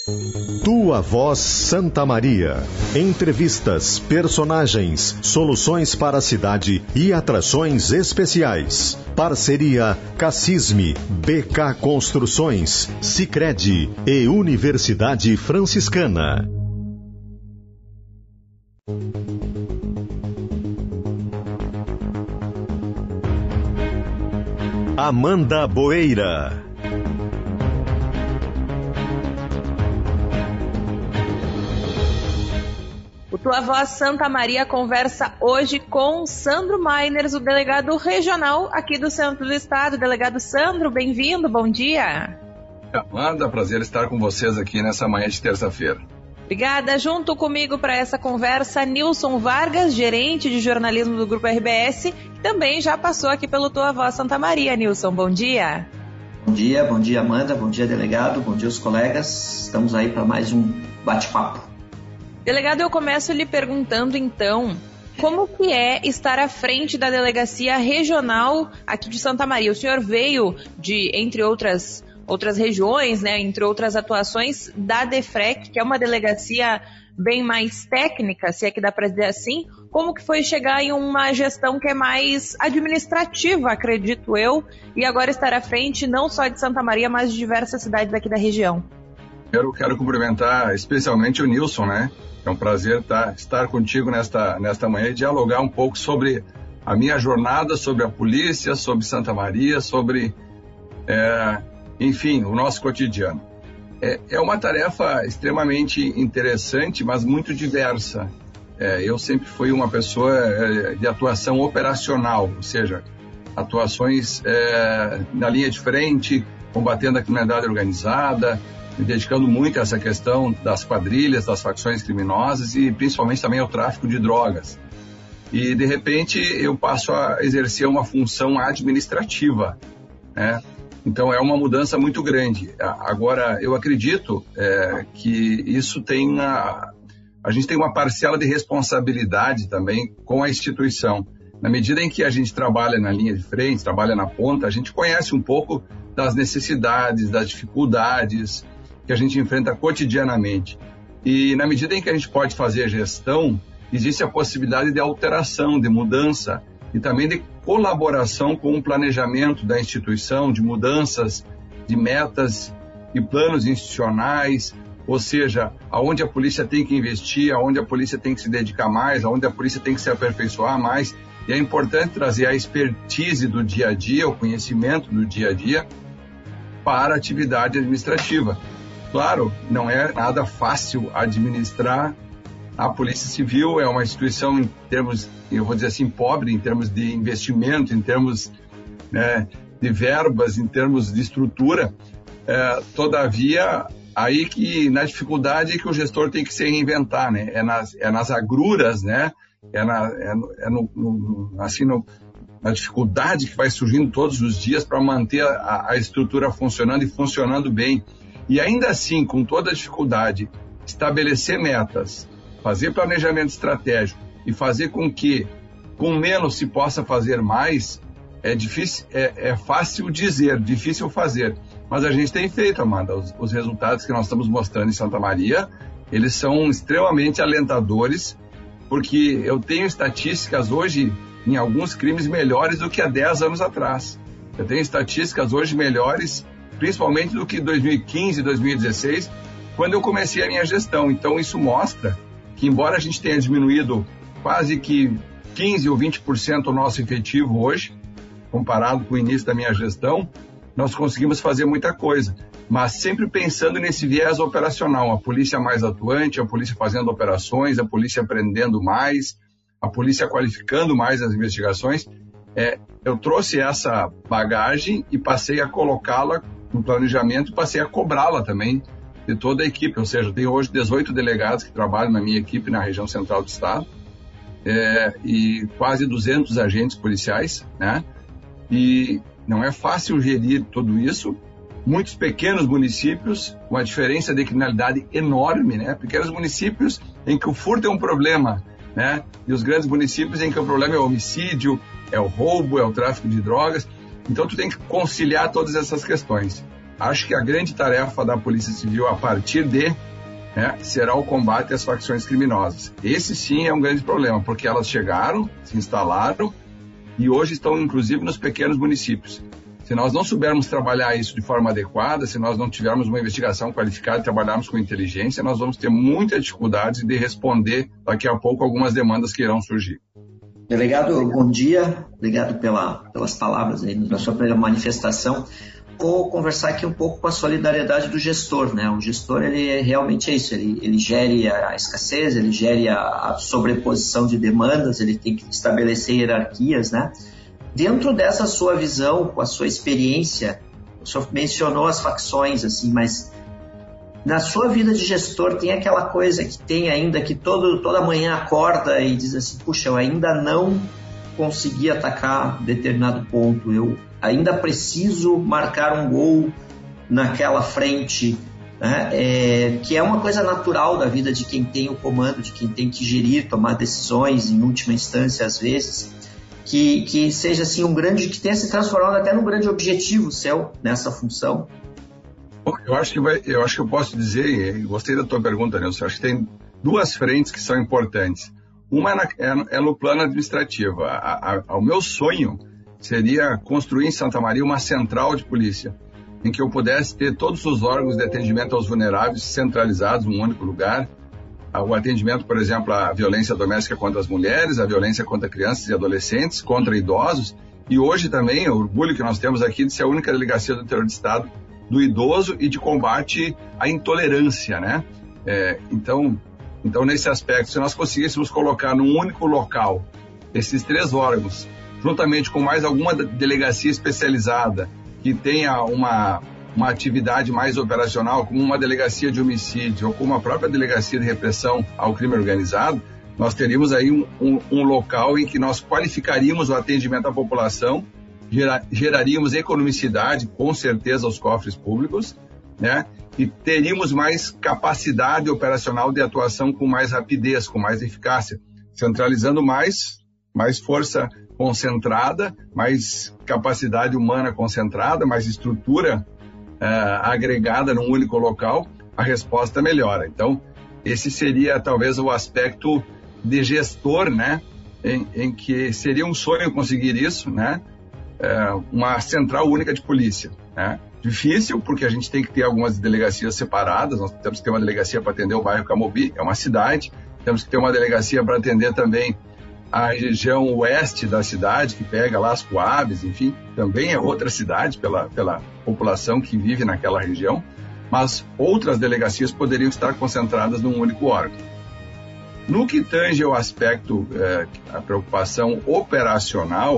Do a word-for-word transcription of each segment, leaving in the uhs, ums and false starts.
Tua Voz Santa Maria. Entrevistas, personagens, soluções para a cidade e atrações especiais. Parceria Cassisme, B K Construções, Sicredi e Universidade Franciscana. Amanda Boeira. O Tua Voz Santa Maria conversa hoje com Sandro Mainers, o delegado regional aqui do centro do estado. Delegado Sandro, bem-vindo, bom dia. Amanda, prazer estar com vocês aqui nessa manhã de terça-feira. Obrigada. Junto comigo para essa conversa, Nilson Vargas, gerente de jornalismo do Grupo R B S, que também já passou aqui pelo Tua Voz Santa Maria. Nilson, bom dia. Bom dia, bom dia Amanda, bom dia delegado, bom dia os colegas. Estamos aí para mais um bate-papo. Delegado, eu começo lhe perguntando então, como que é estar à frente da delegacia regional aqui de Santa Maria? O senhor veio de, entre outras, outras regiões, né, entre outras atuações, da DEFREC, que é uma delegacia bem mais técnica, se é que dá para dizer assim. Como que foi chegar em uma gestão que é mais administrativa, acredito eu, e agora estar à frente não só de Santa Maria, mas de diversas cidades aqui da região? Eu quero cumprimentar especialmente o Nilson, né? É um prazer tá, estar contigo nesta, nesta manhã e dialogar um pouco sobre a minha jornada, sobre a polícia, sobre Santa Maria, sobre, é, enfim, o nosso cotidiano. É, é uma tarefa extremamente interessante, mas muito diversa. É, eu sempre fui uma pessoa é, de atuação operacional, ou seja, atuações é, na linha de frente, combatendo a criminalidade organizada, me dedicando muito a essa questão das quadrilhas, das facções criminosas e principalmente também ao tráfico de drogas. E, de repente, eu passo a exercer uma função administrativa, né? Então, é uma mudança muito grande. Agora, eu acredito é, que isso tem uma... A gente tem uma parcela de responsabilidade também com a instituição. Na medida em que a gente trabalha na linha de frente, trabalha na ponta, a gente conhece um pouco das necessidades, das dificuldades que a gente enfrenta cotidianamente. E na medida em que a gente pode fazer gestão, existe a possibilidade de alteração, de mudança e também de colaboração com o planejamento da instituição, de mudanças, de metas e planos institucionais, ou seja, aonde a polícia tem que investir, aonde a polícia tem que se dedicar mais, aonde a polícia tem que se aperfeiçoar mais. E é importante trazer a expertise do dia a dia, o conhecimento do dia a dia para a atividade administrativa. Claro, não é nada fácil administrar a Polícia Civil, é uma instituição em termos, eu vou dizer assim, pobre em termos de investimento, em termos, né, de verbas, em termos de estrutura. É, todavia, aí que na dificuldade que o gestor tem que se reinventar, né? É nas, é nas agruras, né? É, na, é, no, é no, no, assim, no, na dificuldade que vai surgindo todos os dias para manter a, a estrutura funcionando e funcionando bem. E ainda assim, com toda a dificuldade, estabelecer metas, fazer planejamento estratégico e fazer com que com menos se possa fazer mais, é difícil, é, é fácil dizer, difícil fazer. Mas a gente tem feito, Amanda, os, os resultados que nós estamos mostrando em Santa Maria, eles são extremamente alentadores, porque eu tenho estatísticas hoje, em alguns crimes, melhores do que há dez anos atrás. Eu tenho estatísticas hoje melhores, principalmente do que dois mil e quinze, dois mil e dezesseis, quando eu comecei a minha gestão. Então, isso mostra que, embora a gente tenha diminuído quase que quinze ou vinte por cento o nosso efetivo hoje, comparado com o início da minha gestão, nós conseguimos fazer muita coisa, mas sempre pensando nesse viés operacional, a polícia mais atuante, a polícia fazendo operações, a polícia aprendendo mais, a polícia qualificando mais as investigações. É, eu trouxe essa bagagem e passei a colocá-la no planejamento e passei a cobrá-la também de toda a equipe, ou seja, eu tenho hoje dezoito delegados que trabalham na minha equipe na região central do estado, é, e quase duzentos agentes policiais, né? E não é fácil gerir tudo isso. Muitos pequenos municípios, com a diferença de criminalidade enorme, né? Pequenos municípios em que o furto é um problema, né? E os grandes municípios em que o problema é o homicídio, é o roubo, é o tráfico de drogas. Então, tu tem que conciliar todas essas questões. acho que a grande tarefa da Polícia Civil a partir de né, será o combate às facções criminosas. Esse sim é um grande problema, porque elas chegaram, se instalaram e hoje estão inclusive nos pequenos municípios. Se nós não soubermos trabalhar isso de forma adequada, se nós não tivermos uma investigação qualificada e trabalharmos com inteligência, nós vamos ter muita dificuldade de responder daqui a pouco algumas demandas que irão surgir. Delegado, bom dia. Obrigado pela, pelas palavras aí na sua primeira manifestação. Vou conversar aqui um pouco com a solidariedade do gestor, né? O gestor, ele é, realmente é isso, ele, ele gere a escassez, ele gere a, a sobreposição de demandas, ele tem que estabelecer hierarquias, né? Dentro dessa sua visão, com a sua experiência, o senhor mencionou as facções, assim, mas na sua vida de gestor tem aquela coisa que tem ainda, que todo, toda manhã acorda e diz assim, puxa, eu ainda não consegui atacar determinado ponto, eu ainda preciso marcar um gol naquela frente, né? É, que é uma coisa natural da vida de quem tem o comando, de quem tem que gerir, tomar decisões, em última instância, às vezes, que, que seja assim um grande, que tenha se transformado até num grande objetivo seu nessa função. Bom, eu acho que vai, eu acho que eu posso dizer, e gostei da tua pergunta, Nilson, eu acho que tem duas frentes que são importantes. Uma é, na, é, é no plano administrativo. A, a, a, o meu sonho seria construir em Santa Maria uma central de polícia, em que eu pudesse ter todos os órgãos de atendimento aos vulneráveis centralizados num único lugar. O atendimento, por exemplo, à violência doméstica contra as mulheres, a violência contra crianças e adolescentes, contra idosos, e hoje também o orgulho que nós temos aqui de ser a única delegacia do interior do estado do idoso e de combate à intolerância, né? É, então, então, nesse aspecto, se nós conseguíssemos colocar num único local esses três órgãos, juntamente com mais alguma delegacia especializada que tenha uma, uma atividade mais operacional, como uma delegacia de homicídio ou como a própria delegacia de repressão ao crime organizado, nós teríamos aí um, um, um local em que nós qualificaríamos o atendimento à população, gera, geraríamos economicidade, com certeza, aos cofres públicos, né? E teríamos mais capacidade operacional de atuação com mais rapidez, com mais eficácia, centralizando mais, mais força concentrada, mais capacidade humana concentrada, mais estrutura uh, agregada num único local, a resposta melhora. Então, esse seria talvez o aspecto de gestor, né, em, em que seria um sonho conseguir isso, né, uh, uma central única de polícia, né. Difícil, porque a gente tem que ter algumas delegacias separadas, nós temos que ter uma delegacia para atender o bairro Camobi, é uma cidade, temos que ter uma delegacia para atender também a região oeste da cidade, que pega lá as Coabs, enfim, também é outra cidade pela, pela população que vive naquela região, mas outras delegacias poderiam estar concentradas num único órgão. No que tange ao aspecto, é, a preocupação operacional,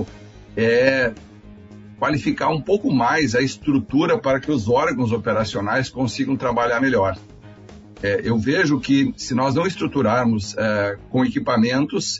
é qualificar um pouco mais a estrutura para que os órgãos operacionais consigam trabalhar melhor. É, eu vejo que se nós não estruturarmos é, com equipamentos,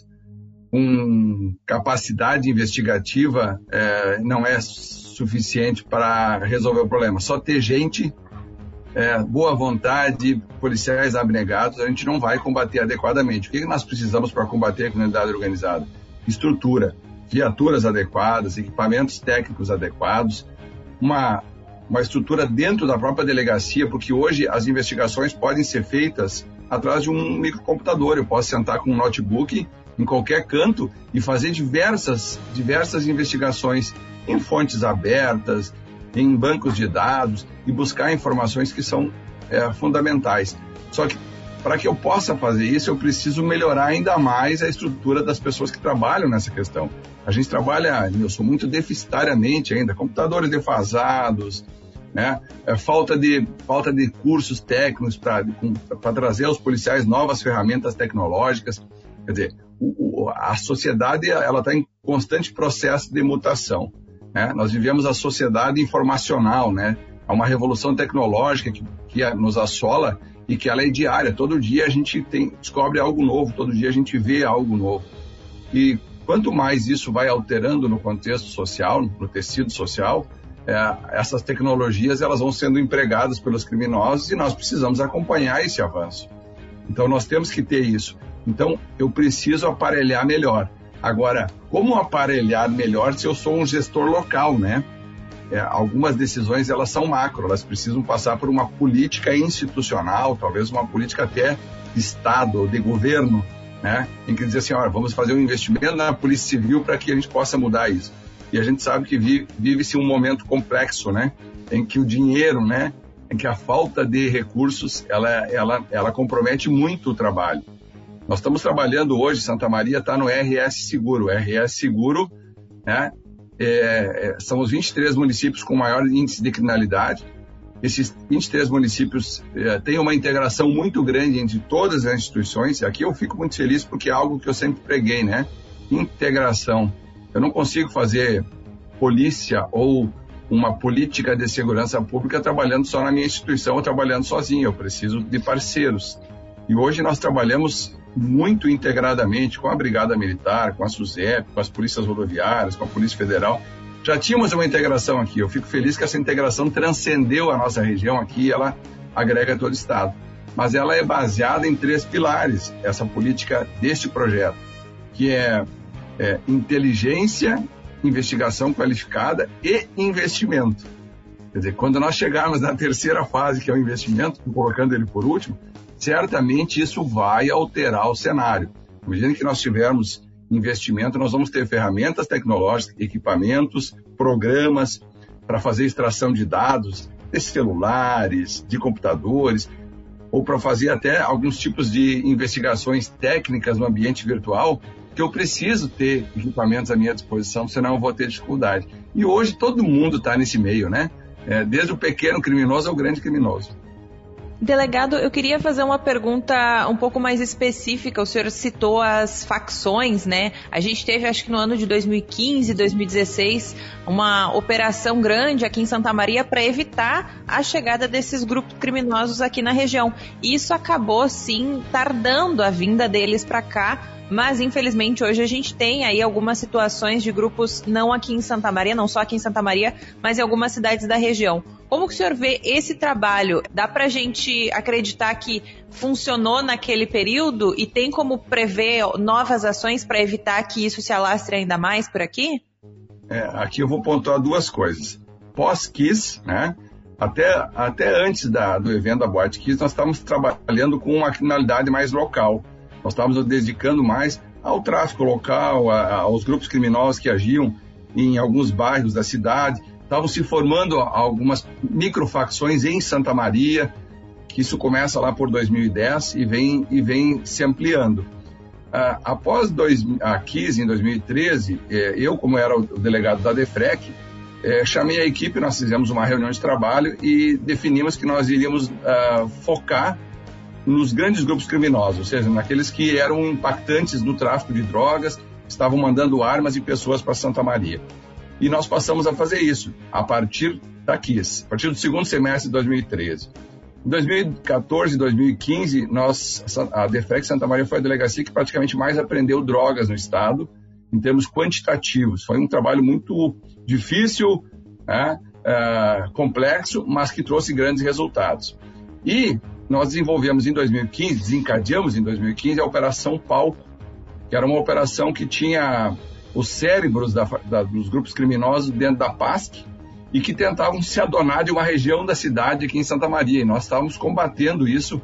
com capacidade investigativa, é, não é suficiente para resolver o problema. Só ter gente, é, boa vontade, policiais abnegados, a gente não vai combater adequadamente. O que nós precisamos para combater a criminalidade organizada? Estrutura. Viaturas adequadas, equipamentos técnicos adequados, uma, uma estrutura dentro da própria delegacia, porque hoje as investigações podem ser feitas atrás de um microcomputador. Eu posso sentar com um notebook em qualquer canto e fazer diversas, diversas investigações em fontes abertas, em bancos de dados e buscar informações que são é, fundamentais. Só que para que eu possa fazer isso, eu preciso melhorar ainda mais a estrutura das pessoas que trabalham nessa questão. A gente trabalha, Nilson, muito deficitariamente ainda, computadores defasados, né? É, falta de, falta de cursos técnicos para trazer aos policiais novas ferramentas tecnológicas. Quer dizer, o, o, a sociedade está em constante processo de mutação, né? Nós vivemos a sociedade informacional, né? Há uma revolução tecnológica que, que nos assola e que ela é diária. Todo dia a gente tem, descobre algo novo, todo dia a gente vê algo novo. E quanto mais isso vai alterando no contexto social, no tecido social, é, essas tecnologias elas vão sendo empregadas pelos criminosos e nós precisamos acompanhar esse avanço. Então nós temos que ter isso. Então eu preciso aparelhar melhor. Agora, como aparelhar melhor se eu sou um gestor local, né? é, algumas decisões elas são macro, elas precisam passar por uma política institucional, talvez uma política até de Estado ou de governo, né? Em que dizer assim, olha, vamos fazer um investimento na Polícia Civil para que a gente possa mudar isso. E a gente sabe que vive, vive-se um momento complexo, né? Em que o dinheiro, né? Em que a falta de recursos, ela, ela, ela compromete muito o trabalho. Nós estamos trabalhando hoje, Santa Maria está no R S Seguro. O R S Seguro, né? É, é, são os vinte e três municípios com maior índice de criminalidade. Esses vinte e três municípios é, têm uma integração muito grande entre todas as instituições. Aqui eu fico muito feliz porque é algo que eu sempre preguei, né? Integração. Eu não consigo fazer polícia ou uma política de segurança pública trabalhando só na minha instituição ou trabalhando sozinho. Eu preciso de parceiros. E hoje nós trabalhamos muito integradamente com a Brigada Militar, com a SUSEP, com as polícias rodoviárias, com a Polícia Federal. Já tínhamos uma integração aqui. Eu fico feliz que essa integração transcendeu a nossa região aqui, ela agrega todo o Estado. Mas ela é baseada em três pilares, essa política deste projeto, que é, é inteligência, investigação qualificada e investimento. Quer dizer, quando nós chegarmos na terceira fase, que é o investimento, colocando ele por último, certamente isso vai alterar o cenário. Imagina que nós tivermos investimento, nós vamos ter ferramentas tecnológicas, equipamentos, programas para fazer extração de dados de celulares, de computadores, ou para fazer até alguns tipos de investigações técnicas no ambiente virtual, que eu preciso ter equipamentos à minha disposição, senão eu vou ter dificuldade. E hoje todo mundo está nesse meio, né? É, desde o pequeno criminoso ao grande criminoso. Delegado, eu queria fazer uma pergunta um pouco mais específica. O senhor citou as facções, né? A gente teve, acho que no ano de dois mil e quinze, dois mil e dezesseis, uma operação grande aqui em Santa Maria para evitar a chegada desses grupos criminosos aqui na região. E isso acabou, sim, tardando a vinda deles para cá, mas infelizmente hoje a gente tem aí algumas situações de grupos, não aqui em Santa Maria, não só aqui em Santa Maria, mas em algumas cidades da região. Como que o senhor vê esse trabalho? Dá pra gente acreditar que funcionou naquele período e tem como prever novas ações para evitar que isso se alastre ainda mais por aqui? É, aqui eu vou pontuar duas coisas. Pós-Kiss, né? Até, até antes da, do evento da Boate Kiss, nós estávamos trabalhando com uma criminalidade mais local. Nós estávamos nos dedicando mais ao tráfico local, a, aos grupos criminosos que agiam em alguns bairros da cidade. Estavam se formando algumas microfacções em Santa Maria, que isso começa lá por dois mil e dez e vem, e vem se ampliando. Ah, após dois, a Kiss, em dois mil e treze, eh, eu, como era o delegado da DEFREC, eh, chamei a equipe, nós fizemos uma reunião de trabalho e definimos que nós iríamos ah, focar nos grandes grupos criminosos, ou seja, naqueles que eram impactantes no tráfico de drogas, estavam mandando armas e pessoas para Santa Maria. E nós passamos a fazer isso a partir da Kiss, a partir do segundo semestre de dois mil e treze. Em dois mil e quatorze e dois mil e quinze, nós, a DEFREC Santa Maria foi a delegacia que praticamente mais apreendeu drogas no estado, em termos quantitativos. Foi um trabalho muito difícil, né, uh, complexo, mas que trouxe grandes resultados. E nós desenvolvemos em dois mil e quinze, desencadeamos em dois mil e quinze a Operação Palco, que era uma operação que tinha os cérebros da, da, dos grupos criminosos dentro da PASC e que tentavam se adonar de uma região da cidade aqui em Santa Maria. E nós estávamos combatendo isso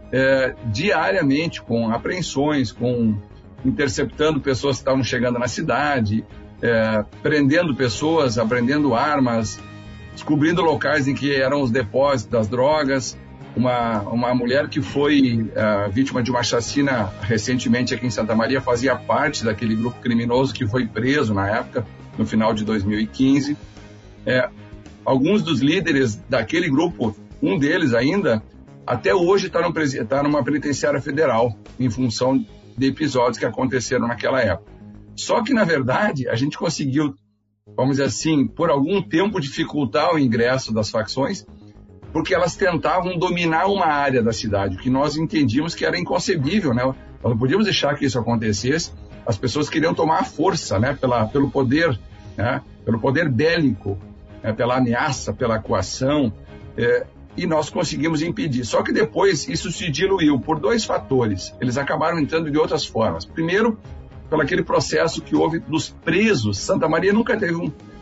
é, diariamente, com apreensões, com interceptando pessoas que estavam chegando na cidade, é, prendendo pessoas, apreendendo armas, descobrindo locais em que eram os depósitos das drogas. Uma, uma mulher que foi uh, vítima de uma chacina recentemente aqui em Santa Maria fazia parte daquele grupo criminoso que foi preso na época, no final de dois mil e quinze. É, alguns dos líderes daquele grupo, um deles ainda, até hoje está tá numa penitenciária federal, em função de episódios que aconteceram naquela época. Só que, na verdade, a gente conseguiu, vamos dizer assim, por algum tempo dificultar o ingresso das facções, porque elas tentavam dominar uma área da cidade, que nós entendíamos que era inconcebível, né? Nós não podíamos deixar que isso acontecesse. As pessoas queriam tomar a força, né? Pela, pelo poder, né? Pelo poder bélico, né? Pela ameaça, pela coação, é, e nós conseguimos impedir. Só que depois isso se diluiu por dois fatores. Eles acabaram entrando de outras formas. Primeiro, pelo aquele processo que houve dos presos. Santa Maria nunca teve um,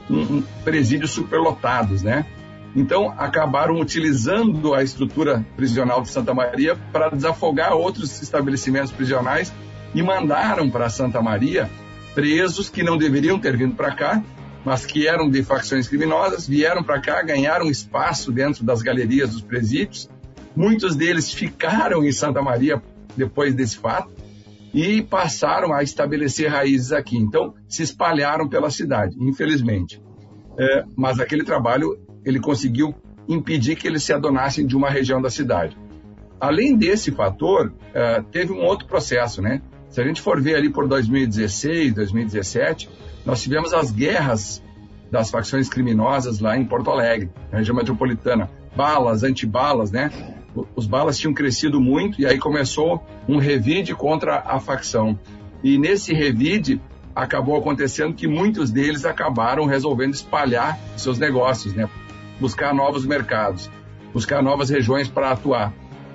um, um presídios superlotados, né? Então, acabaram utilizando a estrutura prisional de Santa Maria para desafogar outros estabelecimentos prisionais e mandaram para Santa Maria presos que não deveriam ter vindo para cá, mas que eram de facções criminosas, vieram para cá, ganharam espaço dentro das galerias dos presídios. Muitos deles ficaram em Santa Maria depois desse fato e passaram a estabelecer raízes aqui. Então, se espalharam pela cidade, infelizmente. É, mas aquele trabalho, ele conseguiu impedir que eles se adonassem de uma região da cidade. Além desse fator, é, teve um outro processo, né? Se a gente for ver ali por dois mil e dezesseis, dois mil e dezessete, nós tivemos as guerras das facções criminosas lá em Porto Alegre, na região metropolitana. Balas, antibalas, né? Os balas tinham crescido muito e aí começou um revide contra a facção. E nesse revide acabou acontecendo que muitos deles acabaram resolvendo espalhar seus negócios, né? Buscar novos mercados, buscar novas regiões para atuar.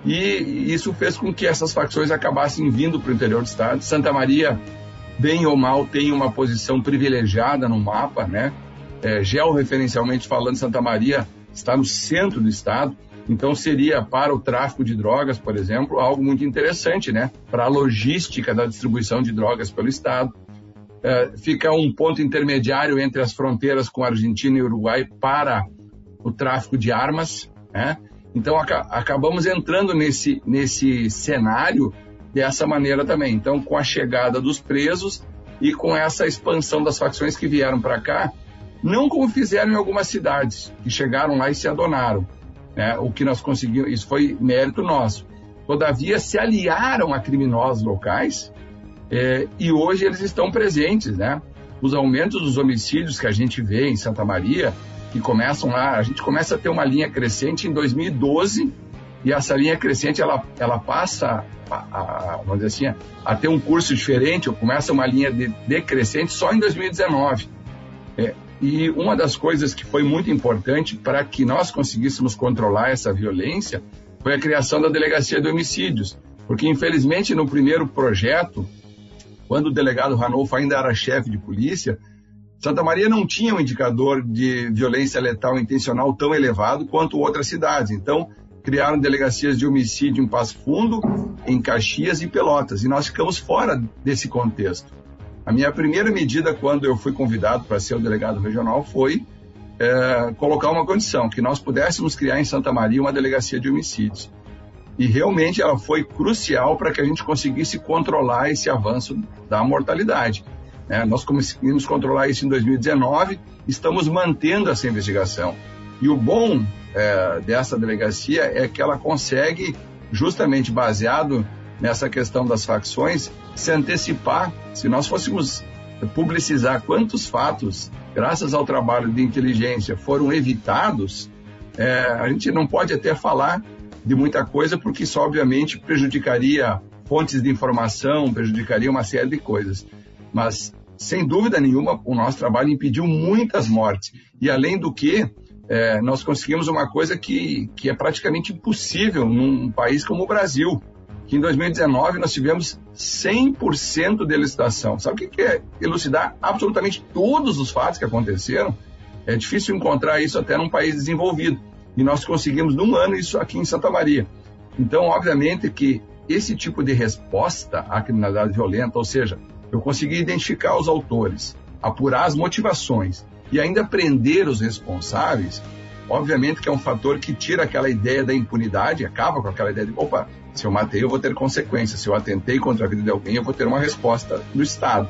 E isso fez com que essas facções acabassem vindo para o interior do estado. Santa Maria, bem ou mal, tem uma posição privilegiada no mapa, né? É, georreferencialmente falando, Santa Maria está no centro do estado. Então seria para o tráfico de drogas, por exemplo, algo muito interessante, né? Para a logística da distribuição de drogas pelo estado. É, fica um ponto intermediário entre as fronteiras com a Argentina e Uruguai para o tráfico de armas, né? Então aca- acabamos entrando nesse, nesse cenário dessa maneira também. Então, com a chegada dos presos e com essa expansão das facções que vieram para cá, não como fizeram em algumas cidades, que chegaram lá e se adonaram. Né? O que nós conseguimos, isso foi mérito nosso. Todavia, se aliaram a criminosos locais é, e hoje eles estão presentes, né? Os aumentos dos homicídios que a gente vê em Santa Maria, que começam lá, a gente começa a ter uma linha crescente em dois mil e doze e essa linha crescente ela, ela passa a, a, vamos dizer assim, a ter um curso diferente, ou começa uma linha de, decrescente só em dois mil e dezenove. É, e uma das coisas que foi muito importante para que nós conseguíssemos controlar essa violência foi a criação da Delegacia de Homicídios, porque infelizmente no primeiro projeto, quando o delegado Ranolfo ainda era chefe de polícia, Santa Maria não tinha um indicador de violência letal intencional tão elevado quanto outras cidades. Então, criaram delegacias de homicídio em Passo Fundo, em Caxias e Pelotas. E nós ficamos fora desse contexto. A minha primeira medida, quando eu fui convidado para ser o delegado regional, foi é, colocar uma condição, que nós pudéssemos criar em Santa Maria uma delegacia de homicídios. E realmente ela foi crucial para que a gente conseguisse controlar esse avanço da mortalidade. É, nós conseguimos controlar isso em dois mil e dezenove, estamos mantendo essa investigação. E o bom é, dessa delegacia é que ela consegue, justamente baseado nessa questão das facções, se antecipar. Se nós fôssemos publicizar quantos fatos, graças ao trabalho de inteligência, foram evitados, é, a gente não pode até falar de muita coisa, porque isso obviamente prejudicaria fontes de informação, prejudicaria uma série de coisas. Mas, sem dúvida nenhuma, o nosso trabalho impediu muitas mortes. E, além do que, é, nós conseguimos uma coisa que, que é praticamente impossível num país como o Brasil, que em dois mil e dezenove nós tivemos cem por cento de elucidação. Sabe o que é elucidar absolutamente todos os fatos que aconteceram? É difícil encontrar isso até num país desenvolvido. E nós conseguimos, num ano, isso aqui em Santa Maria. Então, obviamente que esse tipo de resposta à criminalidade violenta, ou seja, eu consegui identificar os autores, apurar as motivações e ainda prender os responsáveis, obviamente que é um fator que tira aquela ideia da impunidade, acaba com aquela ideia de, opa, se eu matei eu vou ter consequências, se eu atentei contra a vida de alguém eu vou ter uma resposta do Estado.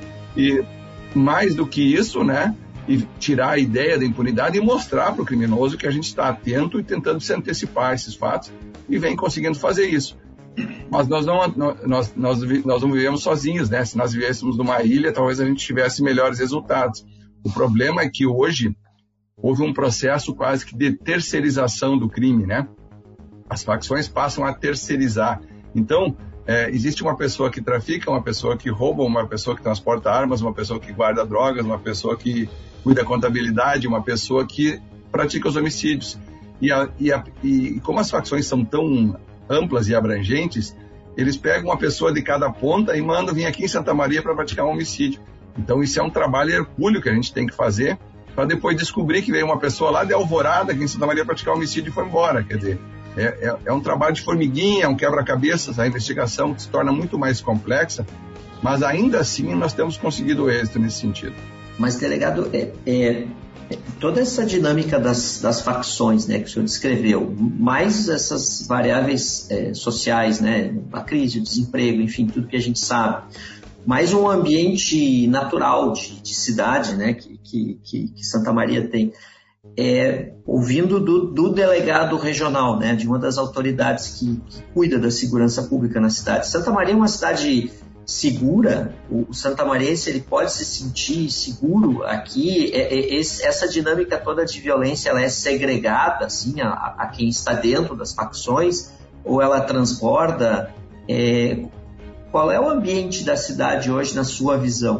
E mais do que isso, né, e tirar a ideia da impunidade e mostrar para o criminoso que a gente está atento e tentando se antecipar a esses fatos e vem conseguindo fazer isso. Mas nós não, nós, nós, nós não vivemos sozinhos, né? Se nós vivêssemos numa ilha, talvez a gente tivesse melhores resultados. O problema é que hoje houve um processo quase que de terceirização do crime, né? As facções passam a terceirizar. Então, é, existe uma pessoa que trafica, uma pessoa que rouba, uma pessoa que transporta armas, uma pessoa que guarda drogas, uma pessoa que cuida da contabilidade, uma pessoa que pratica os homicídios. E, a, e, a, e como as facções são tão amplas e abrangentes, eles pegam uma pessoa de cada ponta e mandam vir aqui em Santa Maria para praticar um homicídio. Então isso é um trabalho hercúleo que a gente tem que fazer para depois descobrir que veio uma pessoa lá de Alvorada, que em Santa Maria praticar homicídio e foi embora. Quer dizer, é, é, é um trabalho de formiguinha, é um quebra-cabeças, a investigação se torna muito mais complexa, mas ainda assim nós temos conseguido êxito nesse sentido. Mas, delegado, é, é, toda essa dinâmica das, das facções, né, que o senhor descreveu, mais essas variáveis é, sociais, né, a crise, o desemprego, enfim, tudo que a gente sabe, mais um ambiente natural de, de cidade, né, que, que, que, que Santa Maria tem, é, ouvindo do, do delegado regional, né, de uma das autoridades que, que cuida da segurança pública na cidade. Santa Maria é uma cidade segura? O santamariense ele pode se sentir seguro aqui? É, é, esse, essa dinâmica toda de violência, ela é segregada assim, a, a quem está dentro das facções, ou ela transborda? É, qual é o ambiente da cidade hoje na sua visão?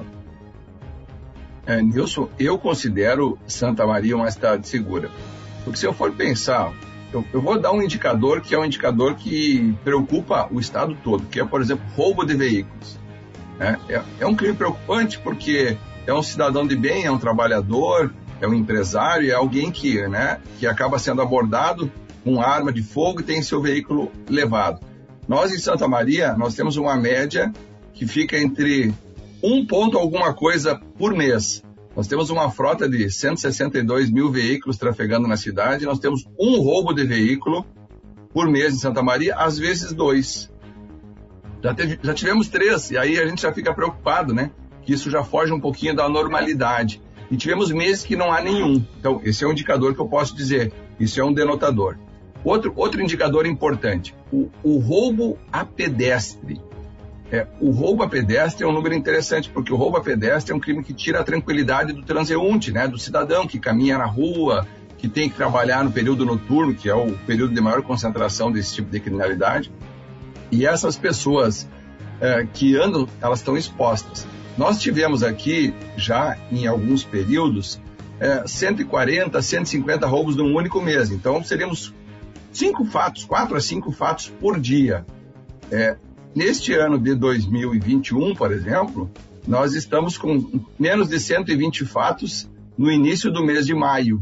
É, Nilson, eu considero Santa Maria uma cidade segura, porque se eu for pensar, eu, eu vou dar um indicador que é um indicador que preocupa o estado todo, que é, por exemplo, roubo de veículos. É, é, é um crime preocupante porque é um cidadão de bem, é um trabalhador, é um empresário, é alguém que, né, que acaba sendo abordado com arma de fogo e tem seu veículo levado. Nós, em Santa Maria, nós temos uma média que fica entre um ponto alguma coisa por mês. Nós temos uma frota de cento e sessenta e dois mil veículos trafegando na cidade, nós temos um roubo de veículo por mês em Santa Maria, às vezes dois. Já, teve, já tivemos três, e aí a gente já fica preocupado, né? Que isso já foge um pouquinho da normalidade. E tivemos meses que não há nenhum. Então, esse é um indicador que eu posso dizer, isso é um denotador. Outro, outro indicador importante, o, o roubo a pedestre. É, o roubo a pedestre é um número interessante, porque o roubo a pedestre é um crime que tira a tranquilidade do transeunte, né, do cidadão que caminha na rua, que tem que trabalhar no período noturno, que é o período de maior concentração desse tipo de criminalidade. E essas pessoas é, que andam, elas estão expostas. Nós tivemos aqui, já em alguns períodos, é, cento e quarenta, cento e cinquenta roubos num único mês. Então, seríamos cinco fatos, quatro a cinco fatos por dia. É, Neste ano de dois mil e vinte e um, por exemplo, nós estamos com menos de cento e vinte fatos no início do mês de maio.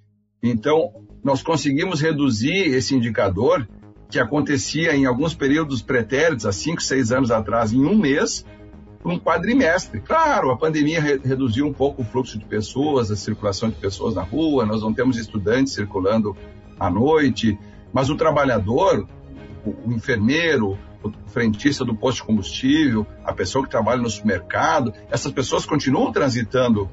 Então, nós conseguimos reduzir esse indicador, que acontecia em alguns períodos pretéritos, há cinco, seis anos atrás, em um mês, por um quadrimestre. Claro, a pandemia re- reduziu um pouco o fluxo de pessoas, a circulação de pessoas na rua, nós não temos estudantes circulando à noite, mas o trabalhador, o, o enfermeiro, o frentista do posto de combustível, a pessoa que trabalha no supermercado, essas pessoas continuam transitando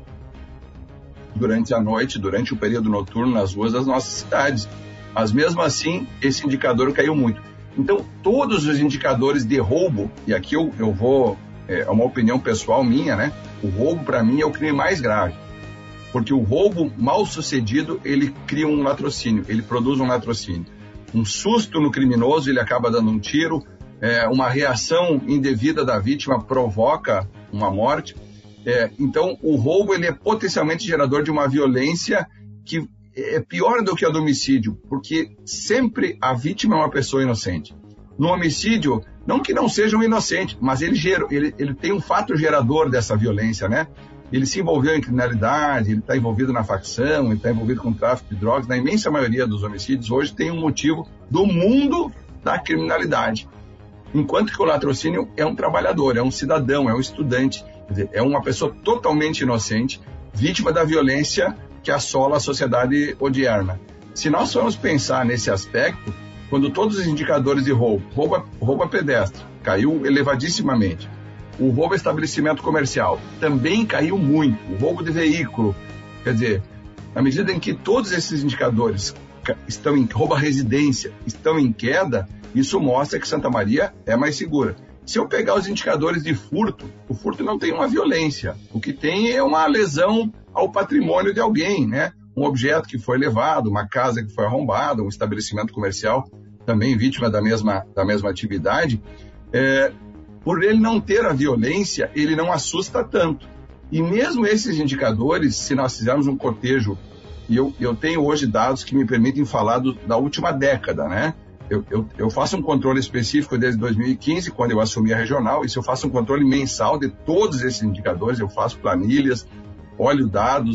durante a noite, durante o período noturno nas ruas das nossas cidades. Mas mesmo assim, esse indicador caiu muito. Então, todos os indicadores de roubo, e aqui eu, eu vou, é uma opinião pessoal minha, né? O roubo, para mim, é o crime mais grave. Porque o roubo mal sucedido, ele cria um latrocínio, ele produz um latrocínio. Um susto no criminoso, ele acaba dando um tiro, É, uma reação indevida da vítima provoca uma morte. É, então, o roubo ele é potencialmente gerador de uma violência que é pior do que a do homicídio, porque sempre a vítima é uma pessoa inocente. No homicídio, não que não seja um inocente, mas ele, gera, ele, ele tem um fato gerador dessa violência, né? Ele se envolveu em criminalidade, ele está envolvido na facção, ele está envolvido com tráfico de drogas. Na imensa maioria dos homicídios, hoje tem um motivo do mundo da criminalidade. Enquanto que o latrocínio é um trabalhador, é um cidadão, é um estudante, quer dizer, é uma pessoa totalmente inocente, vítima da violência que assola a sociedade odierna. Se nós formos pensar nesse aspecto, quando todos os indicadores de roubo, roubo a, roubo a pedestre, caiu elevadissimamente, o roubo a estabelecimento comercial também caiu muito, o roubo de veículo, quer dizer, na medida em que todos esses indicadores estão em roubo a residência, estão em queda, isso mostra que Santa Maria é mais segura. Se eu pegar os indicadores de furto, o furto não tem uma violência. O que tem é uma lesão ao patrimônio de alguém, né? Um objeto que foi levado, uma casa que foi arrombada, um estabelecimento comercial também vítima da mesma, da mesma atividade. É, por ele não ter a violência, ele não assusta tanto. E mesmo esses indicadores, se nós fizermos um cotejo, e eu, eu tenho hoje dados que me permitem falar do, da última década, né? Eu, eu, eu faço um controle específico desde dois mil e quinze, quando eu assumi a regional, e se eu faço um controle mensal de todos esses indicadores, eu faço planilhas, olho dados,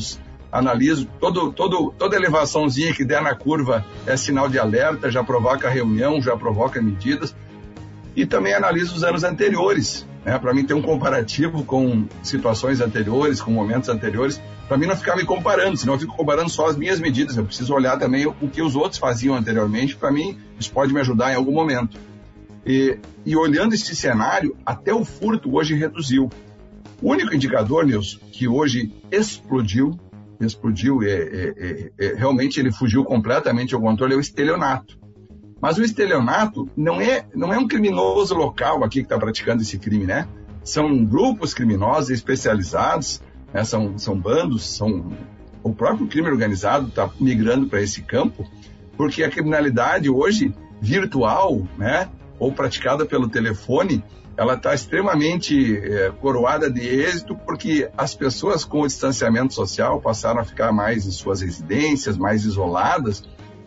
analiso todo, todo, toda elevaçãozinha que der na curva é sinal de alerta, já provoca reunião, já provoca medidas. E também analiso os anos anteriores, né, para mim ter um comparativo com situações anteriores, com momentos anteriores, para mim não ficar me comparando, senão eu fico comparando só as minhas medidas. Eu preciso olhar também o que os outros faziam anteriormente, para mim isso pode me ajudar em algum momento. E, e olhando esse cenário, até o furto hoje reduziu. O único indicador, Nilson, que hoje explodiu, explodiu, é, é, é, é, realmente ele fugiu completamente ao controle, é o estelionato. Mas o estelionato não é, não é um criminoso local aqui que está praticando esse crime, né? São grupos criminosos especializados, né? são, são bandos, são... o próprio crime organizado está migrando para esse campo, porque a criminalidade hoje virtual, né, ou praticada pelo telefone, ela está extremamente é, coroada de êxito, porque as pessoas com o distanciamento social passaram a ficar mais em suas residências, mais isoladas,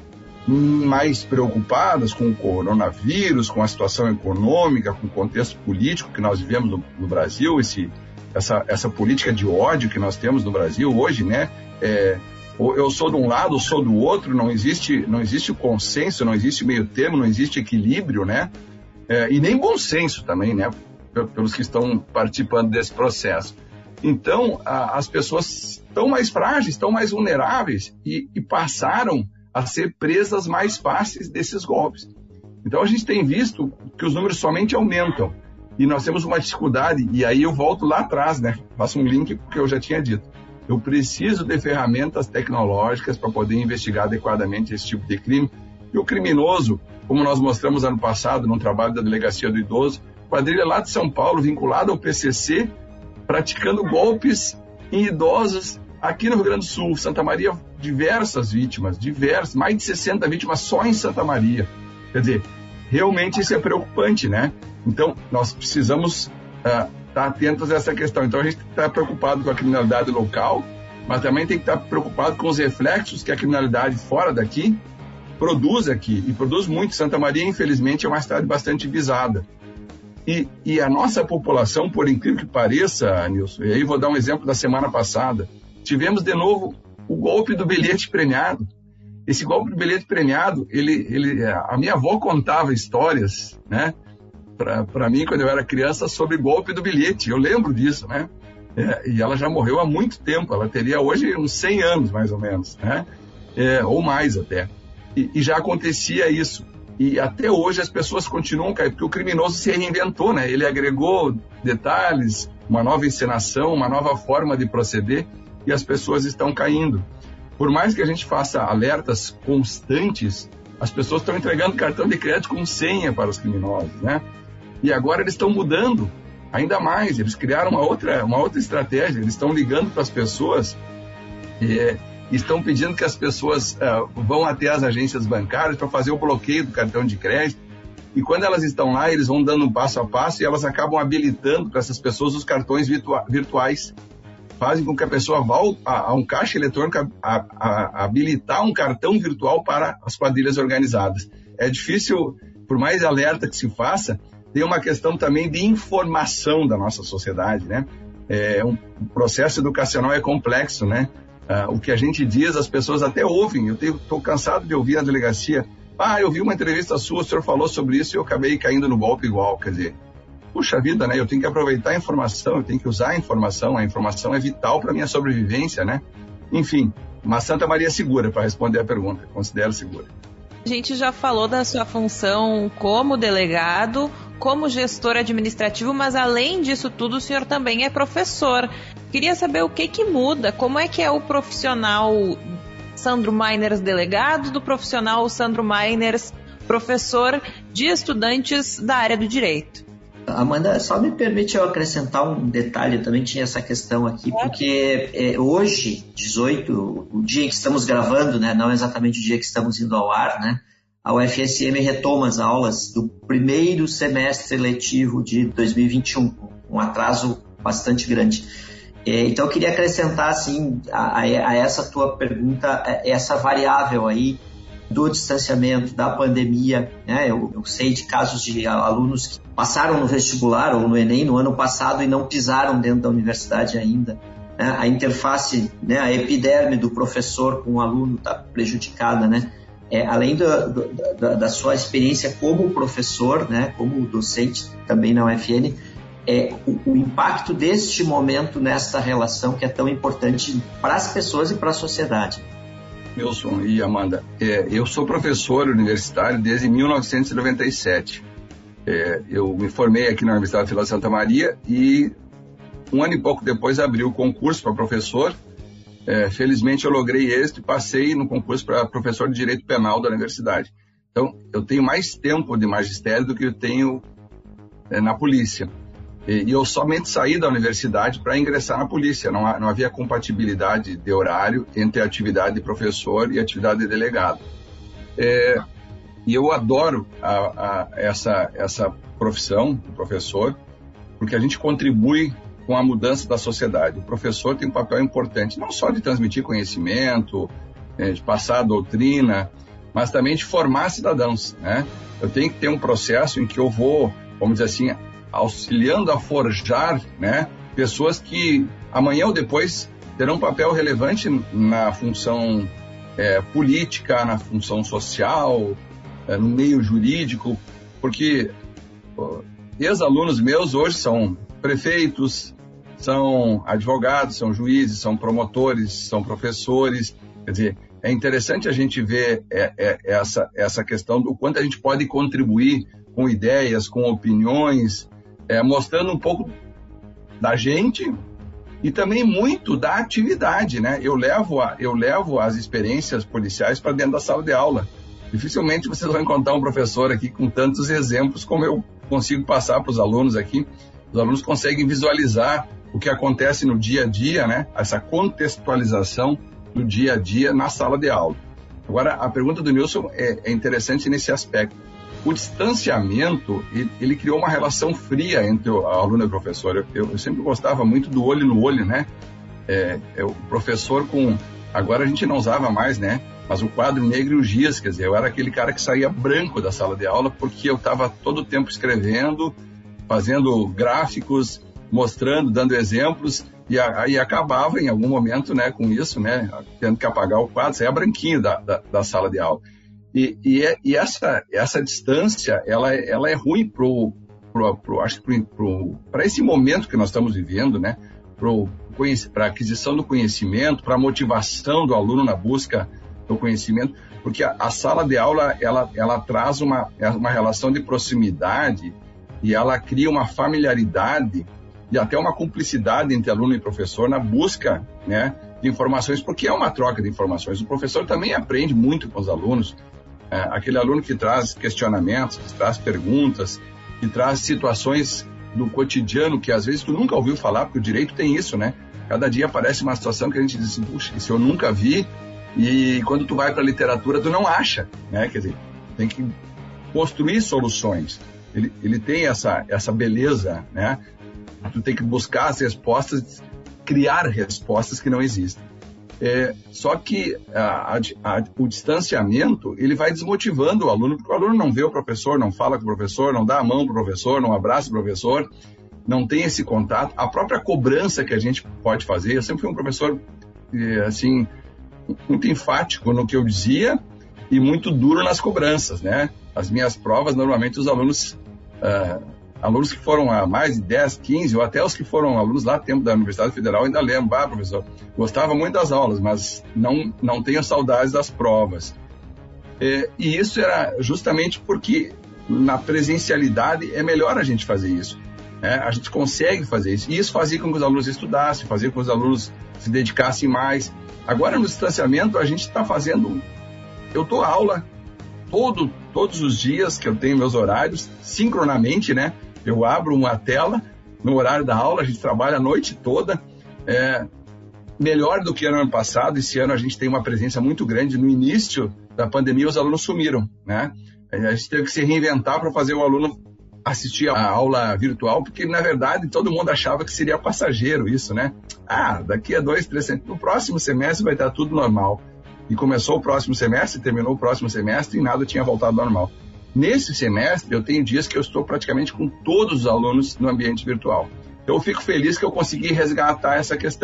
mais preocupadas com o coronavírus, com a situação econômica, com o contexto político que nós vivemos no, no Brasil, esse, essa, essa política de ódio que nós temos no Brasil hoje, né? É, eu sou de um lado, eu sou do outro, não existe, não existe consenso, não existe meio termo, não existe equilíbrio, né? É, e nem bom senso também, né? Pelos que estão participando desse processo. Então, a, as pessoas estão mais frágeis, estão mais vulneráveis e, e passaram a ser presas mais fáceis desses golpes. Então, a gente tem visto que os números somente aumentam e nós temos uma dificuldade, e aí eu volto lá atrás, né? Faço um link com o que eu já tinha dito. Eu preciso de ferramentas tecnológicas para poder investigar adequadamente esse tipo de crime. E o criminoso, como nós mostramos ano passado no trabalho da Delegacia do Idoso, quadrilha lá de São Paulo, vinculada ao P C C, praticando golpes em idosos aqui no Rio Grande do Sul. Santa Maria, diversas vítimas, diversas, mais de sessenta vítimas só em Santa Maria. Quer dizer, realmente isso é preocupante, né? Então, nós precisamos uh, estar atentos a essa questão. Então, a gente está preocupado com a criminalidade local, mas também tem que estar preocupado com os reflexos que a criminalidade fora daqui produz aqui, e produz muito. Santa Maria, infelizmente, é uma cidade bastante visada. E, e a nossa população, por incrível que pareça, Nilson, e aí vou dar um exemplo da semana passada, tivemos de novo o golpe do bilhete premiado. Esse golpe do bilhete premiado, ele, ele, a minha avó contava histórias, né, para mim, quando eu era criança, sobre golpe do bilhete. Eu lembro disso, né? É, e ela já morreu há muito tempo, ela teria hoje uns cem anos, mais ou menos, né? É, ou mais até. E, e já acontecia isso. E até hoje as pessoas continuam caindo, porque o criminoso se reinventou, né? Ele agregou detalhes, uma nova encenação, uma nova forma de proceder, e as pessoas estão caindo. Por mais que a gente faça alertas constantes, as pessoas estão entregando cartão de crédito com senha para os criminosos, né? E agora eles estão mudando ainda mais, eles criaram uma outra, uma outra estratégia, eles estão ligando para as pessoas e estão pedindo que as pessoas uh, vão até as agências bancárias para fazer o bloqueio do cartão de crédito, e quando elas estão lá, eles vão dando um passo a passo e elas acabam habilitando para essas pessoas os cartões virtua- virtuais, fazem com que a pessoa vá a, a um caixa eletrônico a, a, a habilitar um cartão virtual para as quadrilhas organizadas. É difícil, por mais alerta que se faça, tem uma questão também de informação da nossa sociedade, né? É, um, o processo educacional é complexo, né? Uh, o que a gente diz, as pessoas até ouvem. Eu estou cansado de ouvir na delegacia, ah, eu vi uma entrevista sua, o senhor falou sobre isso e eu acabei caindo no golpe igual. Quer dizer, puxa vida, né? Eu tenho que aproveitar a informação, eu tenho que usar a informação, a informação é vital para a minha sobrevivência, né? Enfim, mas Santa Maria é segura, para responder a pergunta, considero segura. A gente já falou da sua função como delegado, como gestor administrativo, mas além disso tudo, o senhor também é professor. Queria saber o que que muda, como é que é o profissional Sandro Meiners delegado do profissional Sandro Meiners professor de estudantes da área do direito. Amanda, só me permite eu acrescentar um detalhe, eu também tinha essa questão aqui, porque é, hoje, dezoito, o dia que estamos gravando, né, não exatamente o dia que estamos indo ao ar, né, a U F S M retoma as aulas do primeiro semestre letivo de dois mil e vinte e um, um atraso bastante grande. É, então eu queria acrescentar assim, a, a essa tua pergunta, essa variável aí do distanciamento, da pandemia, né? Eu, eu sei de casos de alunos que passaram no vestibular ou no Enem no ano passado e não pisaram dentro da universidade ainda. né? A interface, né? A epiderme do professor com o aluno está prejudicada, né? É, além do, do, da, da sua experiência como professor, né? Como docente também na U F N, é, o, o impacto deste momento nesta relação que é tão importante para as pessoas e para a sociedade. Nilson e Amanda, é, eu sou professor universitário desde mil novecentos e noventa e sete. É, eu me formei aqui na Universidade Federal de Santa Maria e um ano e pouco depois abri o concurso para professor. É, felizmente eu logrei êxito e passei no concurso para professor de Direito Penal da universidade. Então, eu tenho mais tempo de magistério do que eu tenho é, na polícia. E, e eu somente saí da universidade para ingressar na polícia. Não, não havia compatibilidade de horário entre a atividade de professor e a atividade de delegado. É, e eu adoro a, a, essa, essa profissão, o professor, porque a gente contribui com a mudança da sociedade. O professor tem um papel importante, não só de transmitir conhecimento, de passar a doutrina, mas também de formar cidadãos, né? Eu tenho que ter um processo em que eu vou, vamos dizer assim, auxiliando a forjar, né, pessoas que amanhã ou depois terão um papel relevante na função é, política, na função social, é, no meio jurídico, porque ó, ex-alunos meus hoje são prefeitos, são advogados, são juízes, são promotores, são professores. Quer dizer, é interessante a gente ver é, é, essa, essa questão do quanto a gente pode contribuir com ideias, com opiniões, é, mostrando um pouco da gente e também muito da atividade, né? Eu levo, a, eu levo as experiências policiais para dentro da sala de aula. Dificilmente vocês vão encontrar um professor aqui com tantos exemplos como eu consigo passar para os alunos aqui. Os alunos conseguem visualizar o que acontece no dia a dia, né? Essa contextualização do dia a dia na sala de aula. Agora, a pergunta do Nilson é, é interessante nesse aspecto. O distanciamento, ele, ele criou uma relação fria entre o aluno e o professor. Eu, eu, eu sempre gostava muito do olho no olho, né? É, é, o professor com... Agora a gente não usava mais, né? Mas o quadro negro e o giz, quer dizer, eu era aquele cara que saía branco da sala de aula porque eu estava todo o tempo escrevendo, fazendo gráficos, mostrando, dando exemplos, e aí acabava em algum momento, né, com isso, né, tendo que apagar o quadro, saía branquinho da, da, da sala de aula. E, e, é, e essa, essa distância, ela, ela é ruim pro, pro, pro, acho que para esse momento que nós estamos vivendo, né, para a aquisição do conhecimento, para a motivação do aluno na busca do conhecimento, porque a, a sala de aula, ela, ela traz uma, uma relação de proximidade e ela cria uma familiaridade e até uma cumplicidade entre aluno e professor na busca, né, de informações, porque é uma troca de informações. O professor também aprende muito com os alunos. É, aquele aluno que traz questionamentos, que traz perguntas, que traz situações do cotidiano que às vezes tu nunca ouviu falar, porque o direito tem isso, né? Cada dia aparece uma situação que a gente diz, puxa, isso eu nunca vi, e quando tu vai para a literatura tu não acha, né? Quer dizer, tem que construir soluções. Ele, ele tem essa, essa beleza, né? Tu tem que buscar as respostas, criar respostas que não existem. É, só que a, a, o distanciamento, ele vai desmotivando o aluno, porque o aluno não vê o professor, não fala com o professor, não dá a mão para o professor, não abraça o professor, não tem esse contato. A própria cobrança que a gente pode fazer, eu sempre fui um professor, assim, muito enfático no que eu dizia e muito duro nas cobranças, né? As minhas provas, normalmente os alunos... Uh, Alunos que foram há mais de dez, quinze, ou até os que foram alunos lá no tempo da Universidade Federal, ainda lembram, ah, professor, gostava muito das aulas, mas não, não tenho saudades das provas. É, e isso era justamente porque na presencialidade é melhor a gente fazer isso. Né? A gente consegue fazer isso. E isso fazia com que os alunos estudassem, fazia com que os alunos se dedicassem mais. Agora, no distanciamento, a gente está fazendo... Eu dou aula todo, todos os dias que eu tenho meus horários, sincronamente, né? Eu abro uma tela no horário da aula, a gente trabalha a noite toda, é, melhor do que no ano passado. Esse ano a gente tem uma presença muito grande. No início da pandemia, os alunos sumiram, né? A gente teve que se reinventar para fazer o aluno assistir a aula virtual, porque, na verdade, todo mundo achava que seria passageiro isso, né? Ah, daqui a dois, três... No próximo semestre vai estar tudo normal. E começou o próximo semestre, terminou o próximo semestre e nada tinha voltado ao normal. Nesse semestre, eu tenho dias que eu estou praticamente com todos os alunos no ambiente virtual. Então, eu fico feliz que eu consegui resgatar essa questão.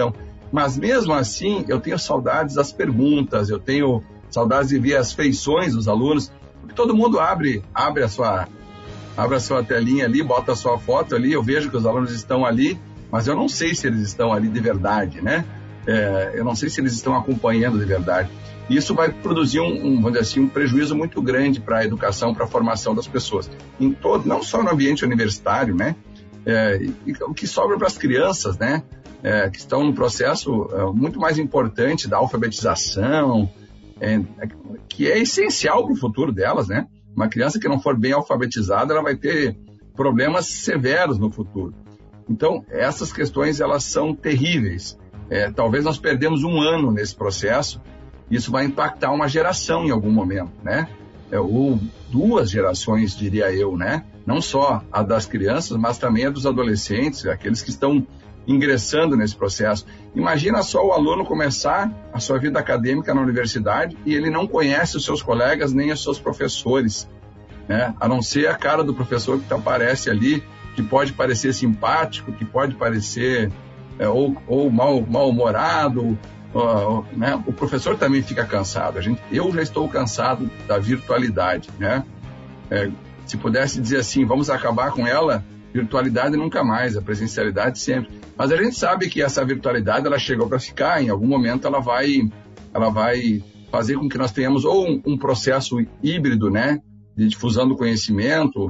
Mas mesmo assim, eu tenho saudades das perguntas, eu tenho saudades de ver as feições dos alunos, porque todo mundo abre, abre, a sua, abre a sua telinha ali, bota a sua foto ali, eu vejo que os alunos estão ali, mas eu não sei se eles estão ali de verdade, né? É, eu não sei se eles estão acompanhando de verdade. Isso vai produzir um, um, vamos dizer assim, um prejuízo muito grande para a educação, para a formação das pessoas. Em todo, não só no ambiente universitário, né? É, e, o que sobra para as crianças, né? É, que estão no processo é, muito mais importante da alfabetização, é, que é essencial para o futuro delas, né? Uma criança que não for bem alfabetizada, ela vai ter problemas severos no futuro. Então, essas questões, elas são terríveis. É, talvez nós perdemos um ano nesse processo. Isso vai impactar uma geração em algum momento, né? É, ou duas gerações, diria eu, né? Não só a das crianças, mas também a dos adolescentes, aqueles que estão ingressando nesse processo. Imagina só o aluno começar a sua vida acadêmica na universidade e ele não conhece os seus colegas nem os seus professores, né? A não ser a cara do professor que aparece ali, que pode parecer simpático, que pode parecer é, ou, ou mal, mal-humorado, Uh, né? O professor também fica cansado. A gente, eu já estou cansado da virtualidade, né? É, se pudesse dizer assim, vamos acabar com ela, virtualidade nunca mais, a presencialidade sempre. Mas a gente sabe que essa virtualidade ela chegou para ficar. Em algum momento ela vai, ela vai fazer com que nós tenhamos ou um, um processo híbrido, né, de difusão do conhecimento,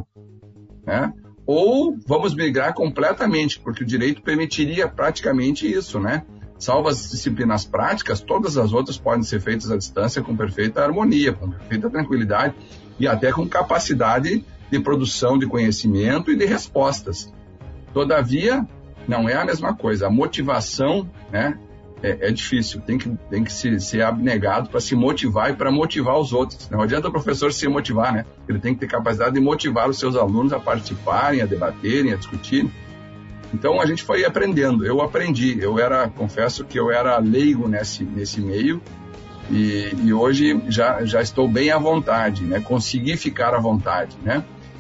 né? Ou vamos migrar completamente, porque o direito permitiria praticamente isso, né? Salvo as disciplinas práticas, todas as outras podem ser feitas à distância com perfeita harmonia, com perfeita tranquilidade e até com capacidade de produção de conhecimento e de respostas. Todavia, não é a mesma coisa. A motivação, né, é, é difícil. Tem que, tem que se, ser abnegado para se motivar e para motivar os outros. Não adianta o professor se motivar, né? Ele tem que ter capacidade de motivar os seus alunos a participarem, a debaterem, a discutirem. Então, a gente foi aprendendo. Eu aprendi. Eu era, confesso que eu era leigo nesse, nesse meio e, e hoje já, já estou bem à vontade, né? Consegui ficar à vontade, né?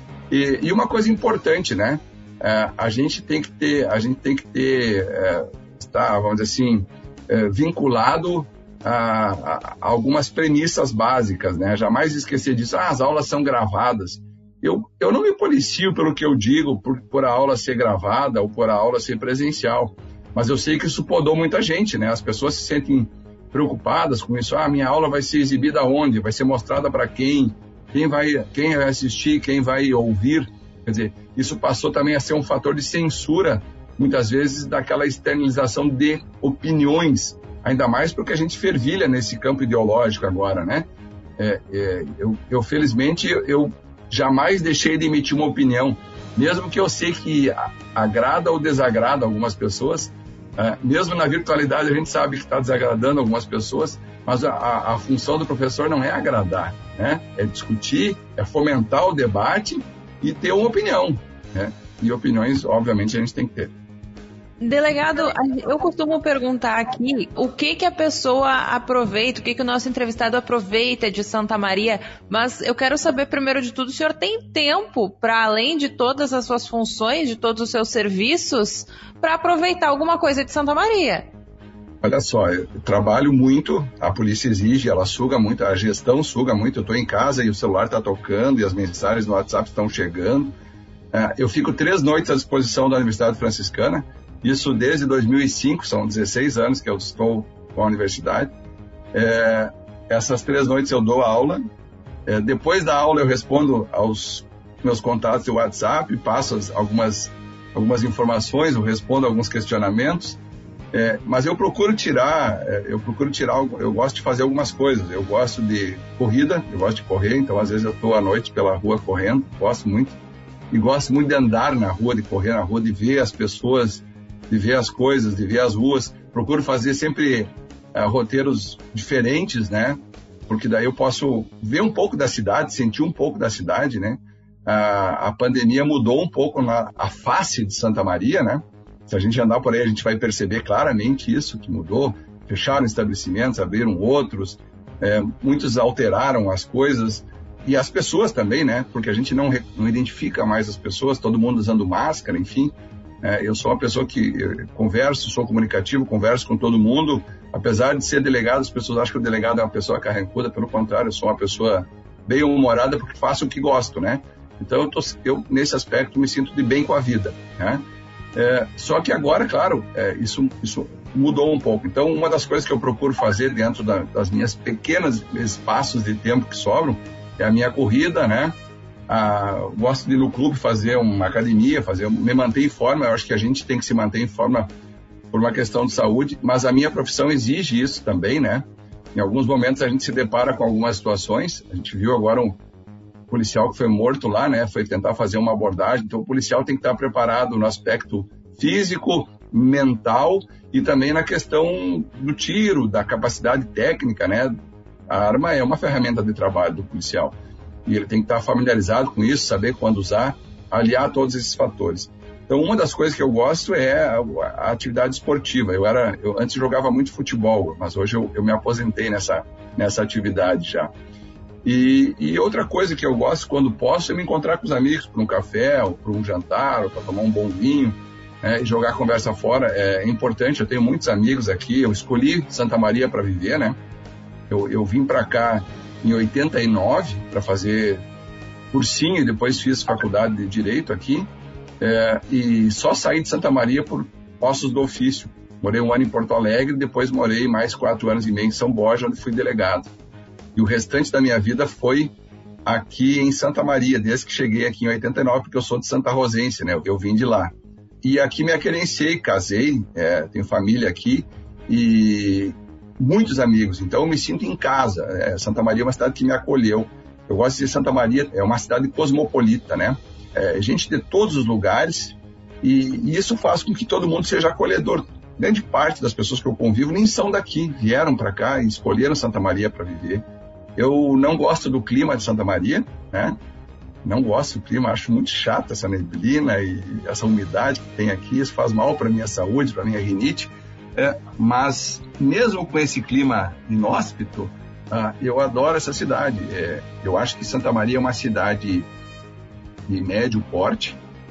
E, e uma coisa importante, né? É, a gente tem que ter, a gente tem que ter, é, estar, vamos dizer assim, é, vinculado a, a, a algumas premissas básicas, né? Jamais esquecer disso. Ah, as aulas são gravadas. Eu, eu não me policio pelo que eu digo, por, por a aula ser gravada ou por a aula ser presencial, mas eu sei que isso podou muita gente, né? As pessoas se sentem preocupadas com isso. Ah, minha aula vai ser exibida onde? Vai ser mostrada para quem? Quem vai, quem vai assistir? Quem vai ouvir? Quer dizer, isso passou também a ser um fator de censura, muitas vezes, daquela externalização de opiniões, ainda mais porque a gente fervilha nesse campo ideológico agora, né? É, é, eu, eu, felizmente, eu jamais deixei de emitir uma opinião, mesmo que eu sei que agrada ou desagrada algumas pessoas, uh, mesmo na virtualidade a gente sabe que está desagradando algumas pessoas, mas a, a, a função do professor não é agradar, né? É discutir, é fomentar o debate e ter uma opinião, né? E opiniões, obviamente, a gente tem que ter. Delegado, eu costumo perguntar aqui o que que a pessoa aproveita, o que que o nosso entrevistado aproveita de Santa Maria, mas eu quero saber, primeiro de tudo, o senhor tem tempo, para além de todas as suas funções, de todos os seus serviços, para aproveitar alguma coisa de Santa Maria? Olha só, eu trabalho muito, a polícia exige, ela suga muito, a gestão suga muito, eu estou em casa e o celular está tocando e as mensagens no WhatsApp estão chegando. Eu fico três noites à disposição da Universidade Franciscana, isso desde dois mil e cinco, são dezesseis anos que eu estou com a universidade. É, essas três noites eu dou aula. É, depois da aula eu respondo aos meus contatos de WhatsApp, passo as, algumas, algumas informações, eu respondo alguns questionamentos. É, mas eu procuro tirar, é, eu procuro tirar, eu gosto de fazer algumas coisas. Eu gosto de corrida, eu gosto de correr, então às vezes eu estou à noite pela rua correndo, gosto muito. E gosto muito de andar na rua, de correr na rua, de ver as pessoas, de ver as coisas, de ver as ruas. Procuro fazer sempre uh, roteiros diferentes, né? Porque daí eu posso ver um pouco da cidade, sentir um pouco da cidade, né? Uh, a pandemia mudou um pouco na, a face de Santa Maria, né? Se a gente andar por aí, a gente vai perceber claramente isso, que mudou. Fecharam estabelecimentos, abriram outros, é, muitos alteraram as coisas. E as pessoas também, né? Porque a gente não, não identifica mais as pessoas, todo mundo usando máscara, enfim. É, eu sou uma pessoa que converso, sou comunicativo, converso com todo mundo. Apesar de ser delegado, as pessoas acham que o delegado é uma pessoa carrancuda. Pelo contrário, eu sou uma pessoa bem humorada porque faço o que gosto, né? Então, eu, tô, eu nesse aspecto, me sinto de bem com a vida, né? É, só que agora, claro, é, isso, isso mudou um pouco. Então, uma das coisas que eu procuro fazer dentro da, das minhas pequenas espaços de tempo que sobram é a minha corrida, né? Ah, gosto de ir no clube fazer uma academia, fazer, me manter em forma. Eu acho que a gente tem que se manter em forma por uma questão de saúde, mas a minha profissão exige isso também, né? Em alguns momentos a gente se depara com algumas situações. A gente viu agora um policial que foi morto lá, né? Foi tentar fazer uma abordagem. Então o policial tem que estar preparado no aspecto físico, mental e também na questão do tiro, da capacidade técnica, né? A arma é uma ferramenta de trabalho do policial e ele tem que estar familiarizado com isso, saber quando usar, aliar todos esses fatores. Então uma das coisas que eu gosto é a, a atividade esportiva. Eu era, eu antes jogava muito futebol, mas hoje eu, eu me aposentei nessa nessa atividade já. E, e outra coisa que eu gosto, quando posso, é me encontrar com os amigos para um café, ou para um jantar, ou para tomar um bom vinho, né, e jogar a conversa fora. É importante, eu tenho muitos amigos aqui, eu escolhi Santa Maria para viver, né? Eu, eu vim para cá em oitenta e nove para fazer cursinho e depois fiz faculdade de Direito aqui, é, e só saí de Santa Maria por postos do ofício. Morei um ano em Porto Alegre, depois morei mais quatro anos e meio em São Borja, onde fui delegado. E o restante da minha vida foi aqui em Santa Maria, desde que cheguei aqui em oitenta e nove, porque eu sou de Santa Rosense, né? Eu vim de lá. E aqui me aquerenciei, casei, é, tenho família aqui e muitos amigos. Então eu me sinto em casa. É, Santa Maria é uma cidade que me acolheu. Eu gosto de Santa Maria, é uma cidade cosmopolita, né? É, gente de todos os lugares e, e isso faz com que todo mundo seja acolhedor. Grande parte das pessoas que eu convivo nem são daqui, vieram para cá e escolheram Santa Maria para viver. Eu não gosto do clima de Santa Maria, né? Não gosto do clima, acho muito chato essa neblina e essa umidade que tem aqui. Isso faz mal para a minha saúde, para a minha rinite. É, mas mesmo com esse clima inóspito, ah, eu adoro essa cidade. É, eu acho que Santa Maria é uma cidade de médio porte,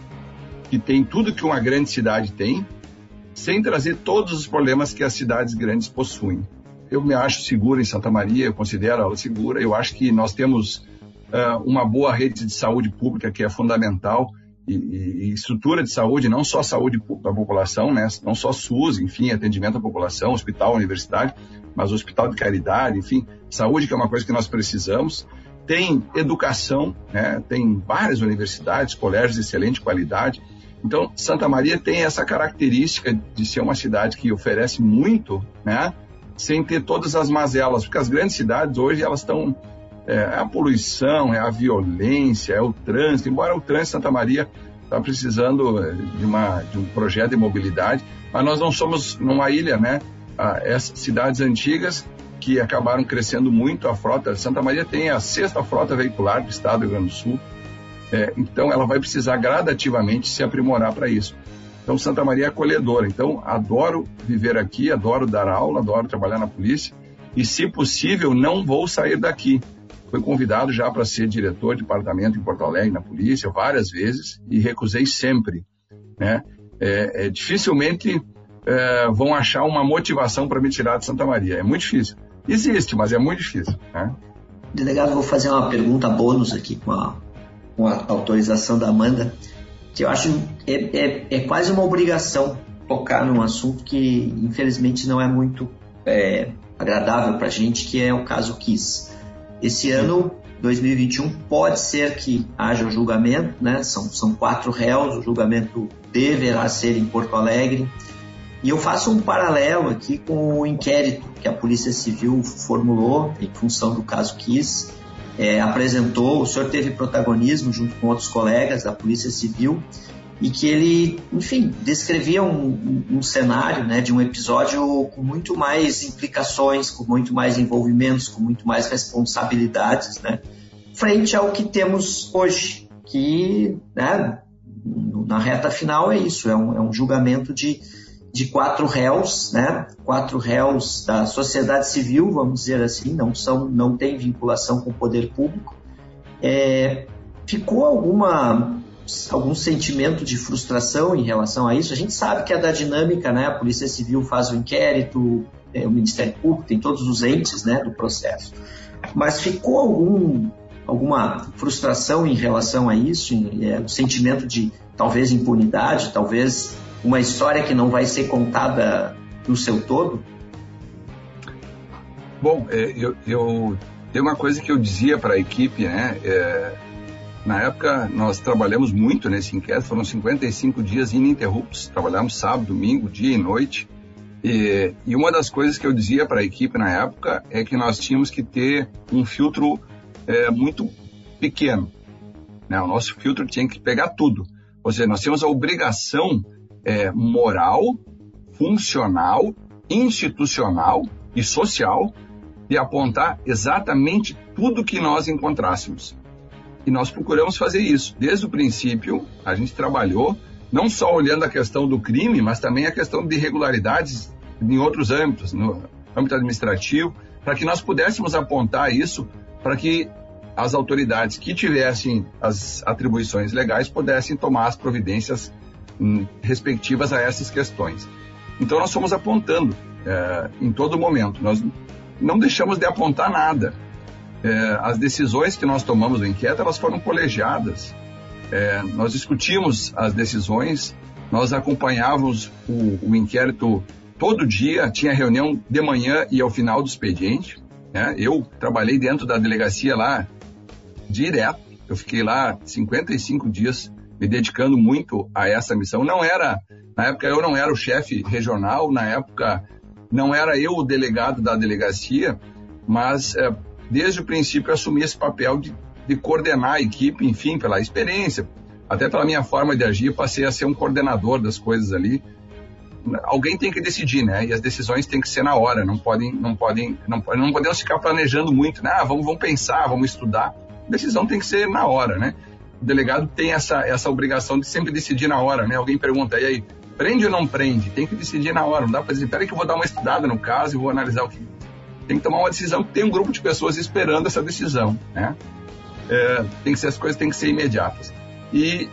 que tem tudo que uma grande cidade tem, sem trazer todos os problemas que as cidades grandes possuem. Eu me acho seguro em Santa Maria, eu considero ela segura. Eu acho que nós temos uh, uma boa rede de saúde pública que é fundamental e, e, e estrutura de saúde, não só saúde da população, né? Não só SUS, enfim, atendimento à população, hospital, universidade, mas hospital de caridade, enfim, saúde que é uma coisa que nós precisamos. Tem educação, né? Tem várias universidades, colégios de excelente qualidade. Então, Santa Maria tem essa característica de ser uma cidade que oferece muito, né? Sem ter todas as mazelas, porque as grandes cidades hoje elas estão, é, é a poluição, é a violência, é o trânsito, embora o trânsito de Santa Maria está precisando de, uma, de um projeto de mobilidade, mas nós não somos numa ilha, né? Ah, essas cidades antigas que acabaram crescendo muito, a frota de Santa Maria tem a sexta frota veicular do estado do Rio Grande do Sul, é, então ela vai precisar gradativamente se aprimorar para isso. Então, Santa Maria é acolhedora. Então, adoro viver aqui, adoro dar aula, adoro trabalhar na polícia. E, se possível, não vou sair daqui. Fui convidado já para ser diretor de departamento em Porto Alegre, na polícia, várias vezes, e recusei sempre, né? É, é, dificilmente é, vão achar uma motivação para me tirar de Santa Maria. É muito difícil. Existe, mas é muito difícil, né? Delegado, vou fazer uma pergunta bônus aqui com a, com a autorização da Amanda, que eu acho é, é, é quase uma obrigação tocar num assunto que, infelizmente, não é muito é, agradável para a gente, que é o caso Kiss. Esse ano, dois mil e vinte e um, pode ser que haja o julgamento, né? São, são quatro réus, o julgamento deverá ser em Porto Alegre. E eu faço um paralelo aqui com o inquérito que a Polícia Civil formulou em função do caso Kiss. É, apresentou, o senhor teve protagonismo junto com outros colegas da Polícia Civil e que ele, enfim, descrevia um, um, um cenário, né, de um episódio com muito mais implicações, com muito mais envolvimentos, com muito mais responsabilidades, né, frente ao que temos hoje, que, né, na reta final é isso, é um, é um julgamento de, de quatro réus, né, quatro réus da sociedade civil, vamos dizer assim, não, são, não tem vinculação com o poder público. É, ficou alguma, algum sentimento de frustração em relação a isso? A gente sabe que é da dinâmica, né? A Polícia Civil faz o inquérito, é, o Ministério Público, tem todos os entes, né, do processo. Mas ficou algum, alguma frustração em relação a isso? Em, é, um sentimento de, talvez, impunidade, talvez uma história que não vai ser contada no seu todo? Bom, é, eu, eu tem uma coisa que eu dizia para a equipe, né? É, na época nós trabalhamos muito nesse inquérito, foram cinquenta e cinco dias ininterruptos, trabalhamos sábado, domingo, dia e noite. E, e uma das coisas que eu dizia para a equipe na época é que nós tínhamos que ter um filtro é, muito pequeno, né? O nosso filtro tinha que pegar tudo. Ou seja, nós tínhamos a obrigação é, moral, funcional, institucional e social de apontar exatamente tudo que nós encontrássemos. E nós procuramos fazer isso. Desde o princípio, a gente trabalhou não só olhando a questão do crime, mas também a questão de irregularidades em outros âmbitos, no âmbito administrativo, para que nós pudéssemos apontar isso, para que as autoridades que tivessem as atribuições legais pudessem tomar as providências hum, respectivas a essas questões. Então, nós fomos apontando é, em todo momento. Nós não deixamos de apontar nada. É, as decisões que nós tomamos no inquérito, elas foram colegiadas. É, nós discutimos as decisões, nós acompanhávamos o, o inquérito todo dia, tinha reunião de manhã e ao final do expediente, né? Eu trabalhei dentro da delegacia lá direto, eu fiquei lá cinquenta e cinco dias me dedicando muito a essa missão. Não era, na época eu não era o chefe regional, na época não era eu o delegado da delegacia, mas é, desde o princípio eu assumi esse papel de, de coordenar a equipe, enfim, pela experiência, até pela minha forma de agir, passei a ser um coordenador das coisas ali. Alguém tem que decidir, né? E as decisões têm que ser na hora, não podem, não podem, não, não podemos ficar planejando muito, né? Ah, vamos, vamos pensar, vamos estudar. A decisão tem que ser na hora, né? O delegado tem essa, essa obrigação de sempre decidir na hora, né? Alguém pergunta, e aí, prende ou não prende? Tem que decidir na hora, não dá para dizer, peraí que eu vou dar uma estudada no caso e vou analisar o que... Tem que tomar uma decisão, que tem um grupo de pessoas esperando essa decisão, né? É, tem que ser, as coisas têm que ser imediatas. E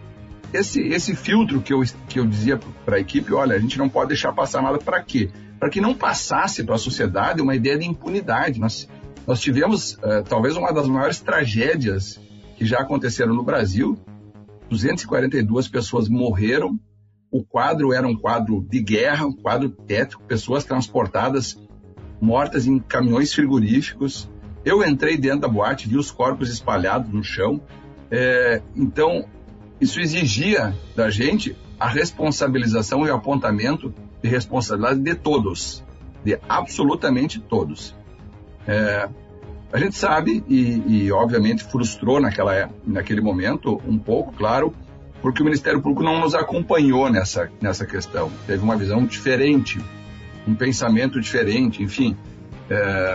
esse, esse filtro que eu, que eu dizia para a equipe, olha, a gente não pode deixar passar nada. Para quê? Para que não passasse para a sociedade uma ideia de impunidade. Nós, nós tivemos uh, talvez uma das maiores tragédias que já aconteceram no Brasil. duzentas e quarenta e duas pessoas morreram. O quadro era um quadro de guerra, um quadro tétrico, pessoas transportadas, mortas em caminhões frigoríficos. Eu entrei dentro da boate, vi os corpos espalhados no chão. É, então, isso exigia da gente a responsabilização e o apontamento de responsabilidade de todos, de absolutamente todos. É, a gente sabe, e, e obviamente frustrou naquela, naquele momento um pouco, claro, porque o Ministério Público não nos acompanhou nessa, nessa questão. Teve uma visão diferente, um pensamento diferente, enfim, é,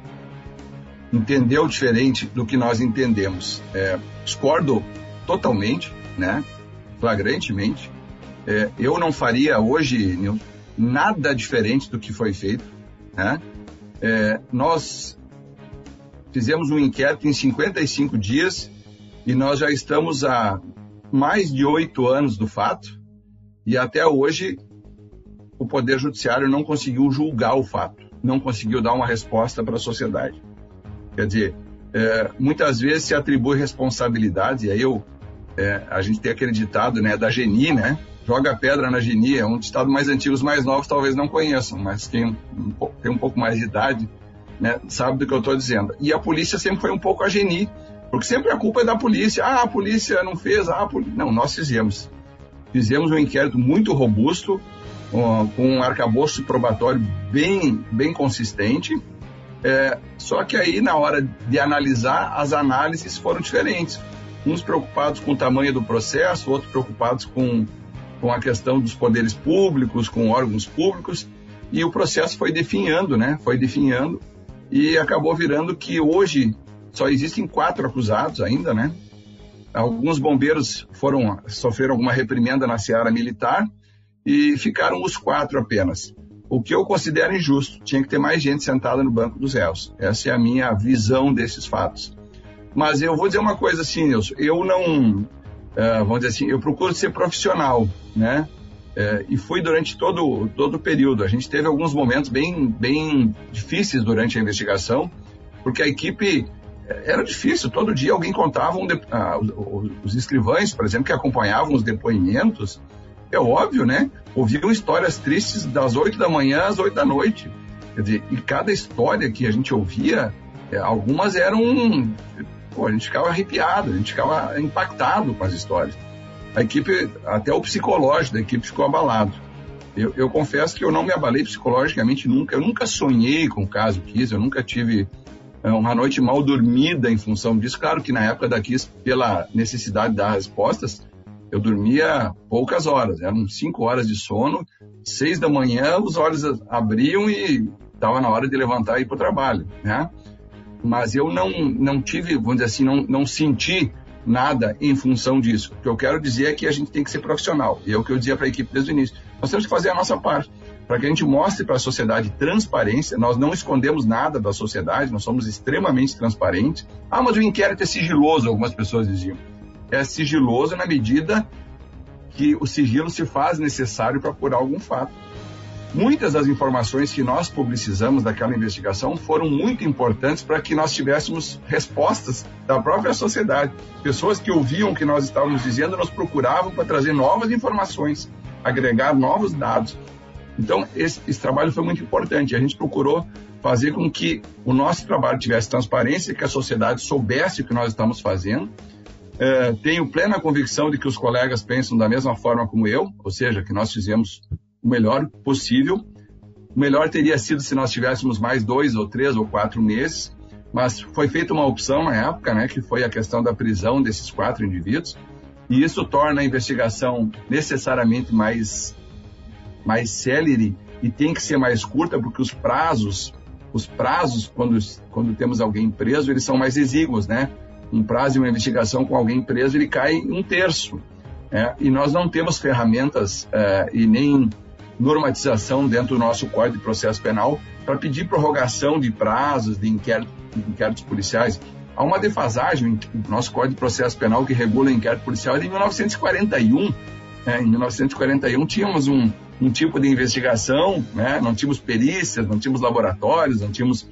entendeu diferente do que nós entendemos. É, discordo totalmente, né, flagrantemente. É, eu não faria hoje nada diferente do que foi feito, né? É, nós fizemos um inquérito em cinquenta e cinco dias e nós já estamos há mais de oito anos do fato e até hoje o Poder Judiciário não conseguiu julgar o fato, não conseguiu dar uma resposta para a sociedade. Quer dizer, é, muitas vezes se atribui responsabilidade, e aí eu, é, a gente tem acreditado, né, da Geni, né, joga pedra na Geni, é um ditado mais antigo, os mais novos talvez não conheçam, mas tem um, um, tem um pouco mais de idade, né, sabe do que eu estou dizendo. E a polícia sempre foi um pouco a Geni, porque sempre a culpa é da polícia. Ah, a polícia não fez, ah, a poli... Não, nós fizemos. Fizemos um inquérito muito robusto, uh, com um arcabouço probatório bem, bem consistente, é, só que aí, na hora de analisar, as análises foram diferentes. Uns preocupados com o tamanho do processo, outros preocupados com, com a questão dos poderes públicos, com órgãos públicos, e o processo foi definhando, né? Foi definhando, e acabou virando que hoje só existem quatro acusados ainda, né? Alguns bombeiros foram, sofreram alguma reprimenda na seara militar e ficaram os quatro apenas. O que eu considero injusto, tinha que ter mais gente sentada no banco dos réus. Essa é a minha visão desses fatos. Mas eu vou dizer uma coisa assim, Nilson, eu não, uh, vamos dizer assim, eu procuro ser profissional, né? Uh, e fui durante todo, todo o período. A gente teve alguns momentos bem, bem difíceis durante a investigação, porque a equipe era difícil. Todo dia alguém contava, um de, uh, os escrivães, por exemplo, que acompanhavam os depoimentos, é óbvio, né? Ouviam histórias tristes das oito da manhã às oito da noite. Quer dizer, e cada história que a gente ouvia, é, algumas eram... Pô, a gente ficava arrepiado, a gente ficava impactado com as histórias. A equipe, até o psicológico da equipe ficou abalado. Eu, eu confesso que eu não me abalei psicologicamente nunca. Eu nunca sonhei com o caso Kiss, eu nunca tive é, uma noite mal dormida em função disso. Claro que na época da Kiss, pela necessidade de dar respostas, eu dormia poucas horas, eram cinco horas de sono, seis da manhã os olhos abriam e estava na hora de levantar e ir para o trabalho, né? Mas eu não, não tive, vamos dizer assim, não, não senti nada em função disso. O que eu quero dizer é que a gente tem que ser profissional, e é o que eu dizia para a equipe desde o início. Nós temos que fazer a nossa parte, para que a gente mostre para a sociedade transparência. Nós não escondemos nada da sociedade, nós somos extremamente transparentes. Ah, mas o inquérito é sigiloso, algumas pessoas diziam. É sigiloso na medida que o sigilo se faz necessário para apurar algum fato. Muitas das informações que nós publicizamos daquela investigação foram muito importantes para que nós tivéssemos respostas da própria sociedade. Pessoas que ouviam o que nós estávamos dizendo nos procuravam para trazer novas informações, agregar novos dados. Então, esse, esse trabalho foi muito importante. A gente procurou fazer com que o nosso trabalho tivesse transparência, que a sociedade soubesse o que nós estamos fazendo. É, tenho plena convicção de que os colegas pensam da mesma forma como eu, ou seja, que nós fizemos o melhor possível. O melhor teria sido se nós tivéssemos mais dois ou três ou quatro meses, mas foi feita uma opção na época, né, que foi a questão da prisão desses quatro indivíduos, e isso torna a investigação necessariamente mais, mais célere e tem que ser mais curta, porque os prazos, os prazos quando, quando temos alguém preso, eles são mais exíguos, né? Um prazo de uma investigação com alguém preso, ele cai em um terço. É, e nós não temos ferramentas é, e nem normatização dentro do nosso Código de Processo Penal para pedir prorrogação de prazos de, inquérito, de inquéritos policiais. Há uma defasagem no nosso Código de Processo Penal que regula o inquérito policial em mil novecentos e quarenta e um. É, em mil novecentos e quarenta e um tínhamos um, um tipo de investigação, né? Não tínhamos perícias, não tínhamos laboratórios, não tínhamos,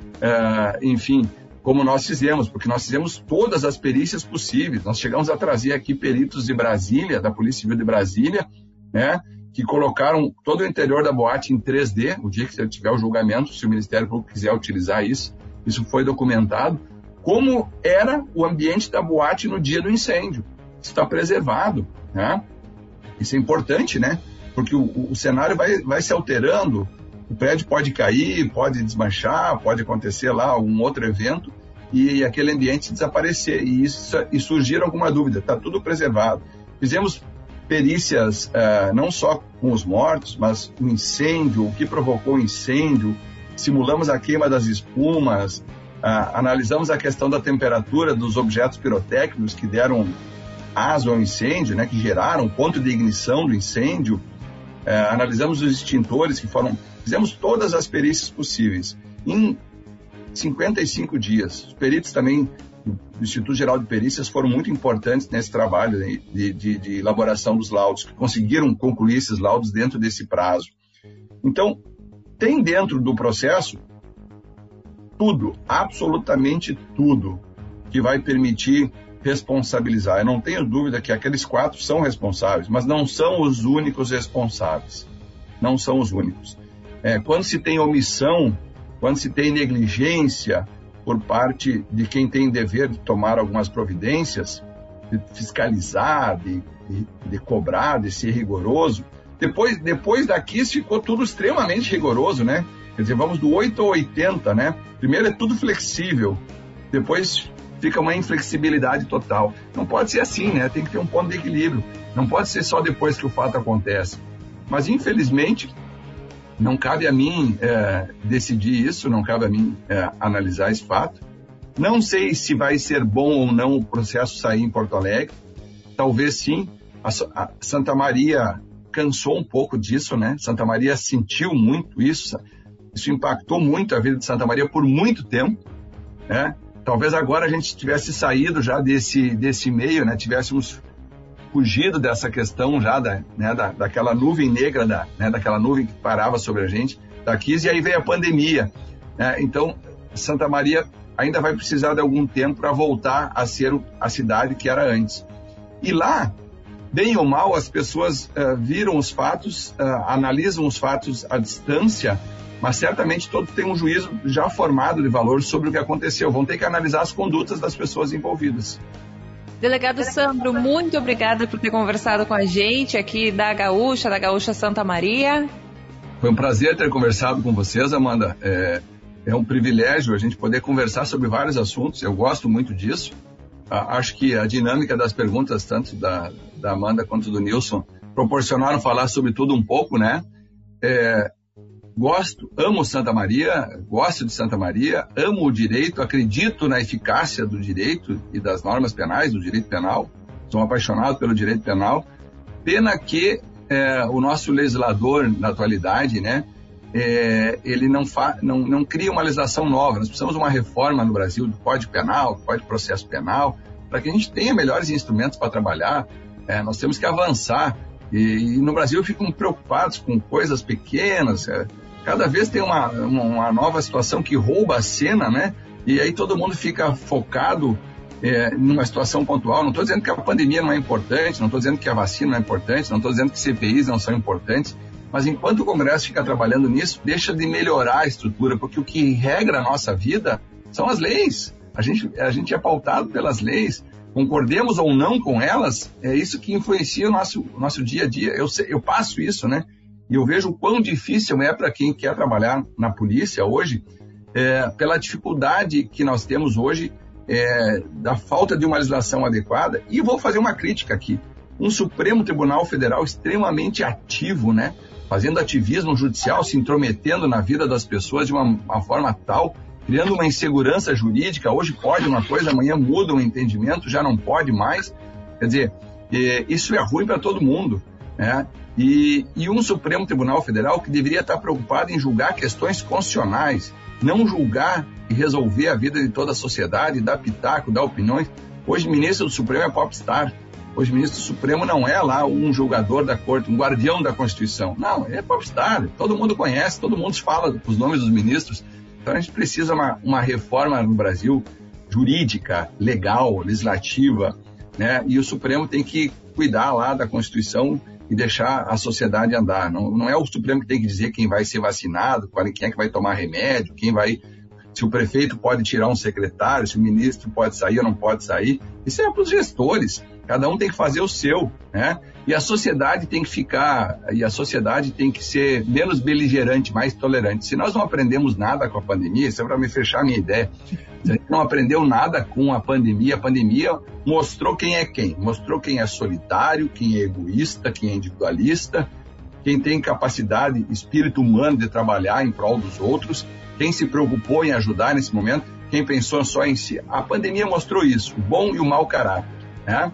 é, enfim... como nós fizemos, porque nós fizemos todas as perícias possíveis. Nós chegamos a trazer aqui peritos de Brasília, da Polícia Civil de Brasília, né, que colocaram todo o interior da boate em três D, o dia que você tiver o julgamento, se o Ministério Público quiser utilizar isso, isso foi documentado, como era o ambiente da boate no dia do incêndio. Isso está preservado, né? Isso é importante, né? Porque o, o cenário vai, vai se alterando, o prédio pode cair, pode desmanchar, pode acontecer lá algum outro evento e aquele ambiente desaparecer. E, isso, e surgir alguma dúvida, está tudo preservado. Fizemos perícias uh, não só com os mortos, mas o incêndio, o que provocou o incêndio, simulamos a queima das espumas, uh, analisamos a questão da temperatura dos objetos pirotécnicos que deram aso ao incêndio, né, que geraram o ponto de ignição do incêndio, uh, analisamos os extintores que foram... Fizemos todas as perícias possíveis em cinquenta e cinco dias. Os peritos também do Instituto Geral de Perícias foram muito importantes nesse trabalho de, de, de elaboração dos laudos, que conseguiram concluir esses laudos dentro desse prazo. Então, tem dentro do processo tudo, absolutamente tudo, que vai permitir responsabilizar. Eu não tenho dúvida que aqueles quatro são responsáveis, mas não são os únicos responsáveis. Não são os únicos. É, quando se tem omissão, quando se tem negligência por parte de quem tem dever de tomar algumas providências, de fiscalizar, de, de, de cobrar, de ser rigoroso, depois, depois daqui ficou tudo extremamente rigoroso, né? Quer dizer, vamos do oito ao oitenta, né? Primeiro é tudo flexível, depois fica uma inflexibilidade total. Não pode ser assim, né? Tem que ter um ponto de equilíbrio. Não pode ser só depois que o fato acontece. Mas, infelizmente, não cabe a mim é, decidir isso, não cabe a mim é, analisar esse fato. Não sei se vai ser bom ou não o processo sair em Porto Alegre. Talvez sim. A, a Santa Maria cansou um pouco disso, né? Santa Maria sentiu muito isso. Isso impactou muito a vida de Santa Maria por muito tempo, né? Talvez agora a gente tivesse saído já desse, desse meio, né? Tivéssemos fugido dessa questão já da, né, da, daquela nuvem negra, da, né, daquela nuvem que parava sobre a gente, da crise, e aí veio a pandemia. Né? Então, Santa Maria ainda vai precisar de algum tempo para voltar a ser a cidade que era antes. E lá, bem ou mal, as pessoas uh, viram os fatos, uh, analisam os fatos à distância, mas certamente todos têm um juízo já formado de valor sobre o que aconteceu. Vão ter que analisar as condutas das pessoas envolvidas. Delegado Sandro, muito obrigada por ter conversado com a gente aqui da Gaúcha, da Gaúcha Santa Maria. Foi um prazer ter conversado com vocês, Amanda. É, é um privilégio a gente poder conversar sobre vários assuntos. Eu gosto muito disso. Acho que a dinâmica das perguntas, tanto da, da Amanda quanto do Nilson, proporcionaram falar sobre tudo um pouco, né? É, gosto, amo Santa Maria, gosto de Santa Maria, amo o direito, acredito na eficácia do direito e das normas penais, do direito penal. Sou apaixonado pelo direito penal. Pena que é, o nosso legislador, na atualidade, né, é, ele não, fa, não, não cria uma legislação nova. Nós precisamos de uma reforma no Brasil do Código Penal, do Código de Processo Penal, para que a gente tenha melhores instrumentos para trabalhar. É, nós temos que avançar. E, e no Brasil ficam preocupados com coisas pequenas. É, cada vez tem uma, uma, uma nova situação que rouba a cena, né? E aí todo mundo fica focado é, numa situação pontual. Não estou dizendo que a pandemia não é importante, não estou dizendo que a vacina não é importante, não estou dizendo que C P Is não são importantes, mas enquanto o Congresso fica trabalhando nisso, deixa de melhorar a estrutura, porque o que regra a nossa vida são as leis. A gente, a gente é pautado pelas leis. Concordemos ou não com elas, é isso que influencia o nosso, o nosso dia a dia. Eu, eu passo isso, né? E eu vejo o quão difícil é para quem quer trabalhar na polícia hoje, é, pela dificuldade que nós temos hoje, é, da falta de uma legislação adequada. E vou fazer uma crítica aqui. Um Supremo Tribunal Federal extremamente ativo, né? Fazendo ativismo judicial, se intrometendo na vida das pessoas de uma, uma forma tal, criando uma insegurança jurídica. Hoje pode uma coisa, amanhã muda o entendimento, já não pode mais. Quer dizer, é, isso é ruim para todo mundo, né? E, e um Supremo Tribunal Federal que deveria estar preocupado em julgar questões constitucionais, não julgar e resolver a vida de toda a sociedade, dar pitaco, dar opiniões. Hoje o ministro do Supremo é popstar. Hoje o ministro do Supremo não é lá um julgador da corte, um guardião da Constituição. Não, é popstar. Todo mundo conhece, todo mundo fala os nomes dos ministros. Então a gente precisa uma, uma reforma no Brasil jurídica, legal, legislativa, né? E o Supremo tem que cuidar lá da Constituição e deixar a sociedade andar. Não, não é o Supremo que tem que dizer quem vai ser vacinado, quem é que vai tomar remédio, quem vai, se o prefeito pode tirar um secretário, se o ministro pode sair ou não pode sair. Isso é para os gestores. Cada um tem que fazer o seu, né? E a sociedade tem que ficar, e a sociedade tem que ser menos beligerante, mais tolerante. Se nós não aprendemos nada com a pandemia, isso é para me fechar a minha ideia, se a gente não aprendeu nada com a pandemia, a pandemia mostrou quem é quem, mostrou quem é solitário, quem é egoísta, quem é individualista, quem tem capacidade, espírito humano de trabalhar em prol dos outros, quem se preocupou em ajudar nesse momento, quem pensou só em si. A pandemia mostrou isso, o bom e o mau caráter, né?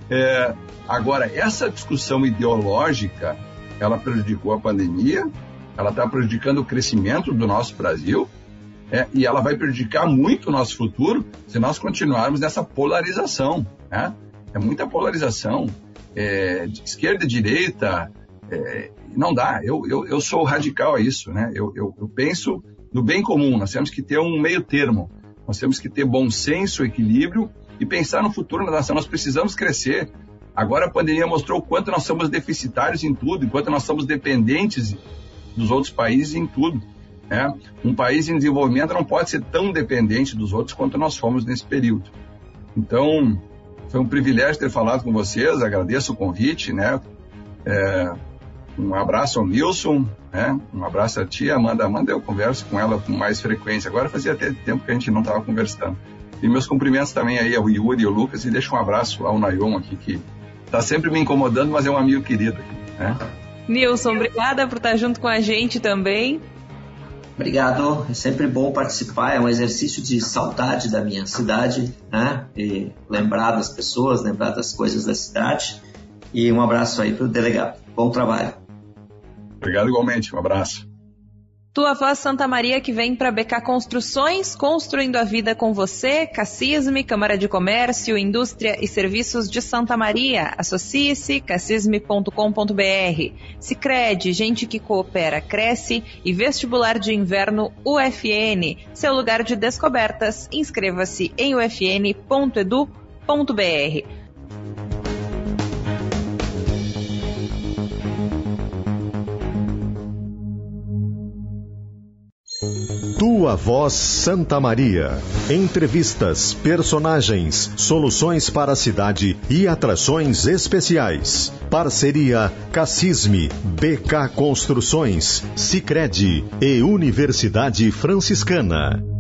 É, agora, essa discussão ideológica, ela prejudicou a pandemia, ela está prejudicando o crescimento do nosso Brasil, é, e ela vai prejudicar muito o nosso futuro se nós continuarmos nessa polarização, né? É muita polarização, é, de esquerda e direita, é, não dá. Eu, eu, eu sou radical a isso, né? Eu, eu, eu penso no bem comum, nós temos que ter um meio termo, nós temos que ter bom senso, equilíbrio, e pensar no futuro da nação. Nós precisamos crescer. Agora a pandemia mostrou o quanto nós somos deficitários em tudo, enquanto nós somos dependentes dos outros países em tudo, né? Um país em desenvolvimento não pode ser tão dependente dos outros quanto nós fomos nesse período. Então, foi um privilégio ter falado com vocês, agradeço o convite, né? É, um abraço ao Nilson, né? Um abraço a ti, Amanda. Amanda, eu converso com ela com mais frequência. Agora fazia até tempo que a gente não estava conversando. E meus cumprimentos também aí ao Yuri e ao Lucas, e deixo um abraço ao Nayon aqui, que está sempre me incomodando, mas é um amigo querido aqui, né? Nilson, obrigada por estar junto com a gente também. Obrigado, é sempre bom participar, é um exercício de saudade da minha cidade, né? E lembrar das pessoas, lembrar das coisas da cidade. E um abraço aí para o delegado. Bom trabalho. Obrigado igualmente, um abraço. Tua Voz Santa Maria que vem para B K Construções, construindo a vida com você, Cassisme, Câmara de Comércio, Indústria e Serviços de Santa Maria. Associe-se, cassisme ponto com ponto b r. Sicredi, gente que coopera, cresce. E Vestibular de Inverno U F N, seu lugar de descobertas. Inscreva-se em u f n ponto e d u ponto b r. Tua Voz Santa Maria. Entrevistas, personagens, soluções para a cidade e atrações especiais. Parceria Cassisme, B K Construções, Sicredi e Universidade Franciscana.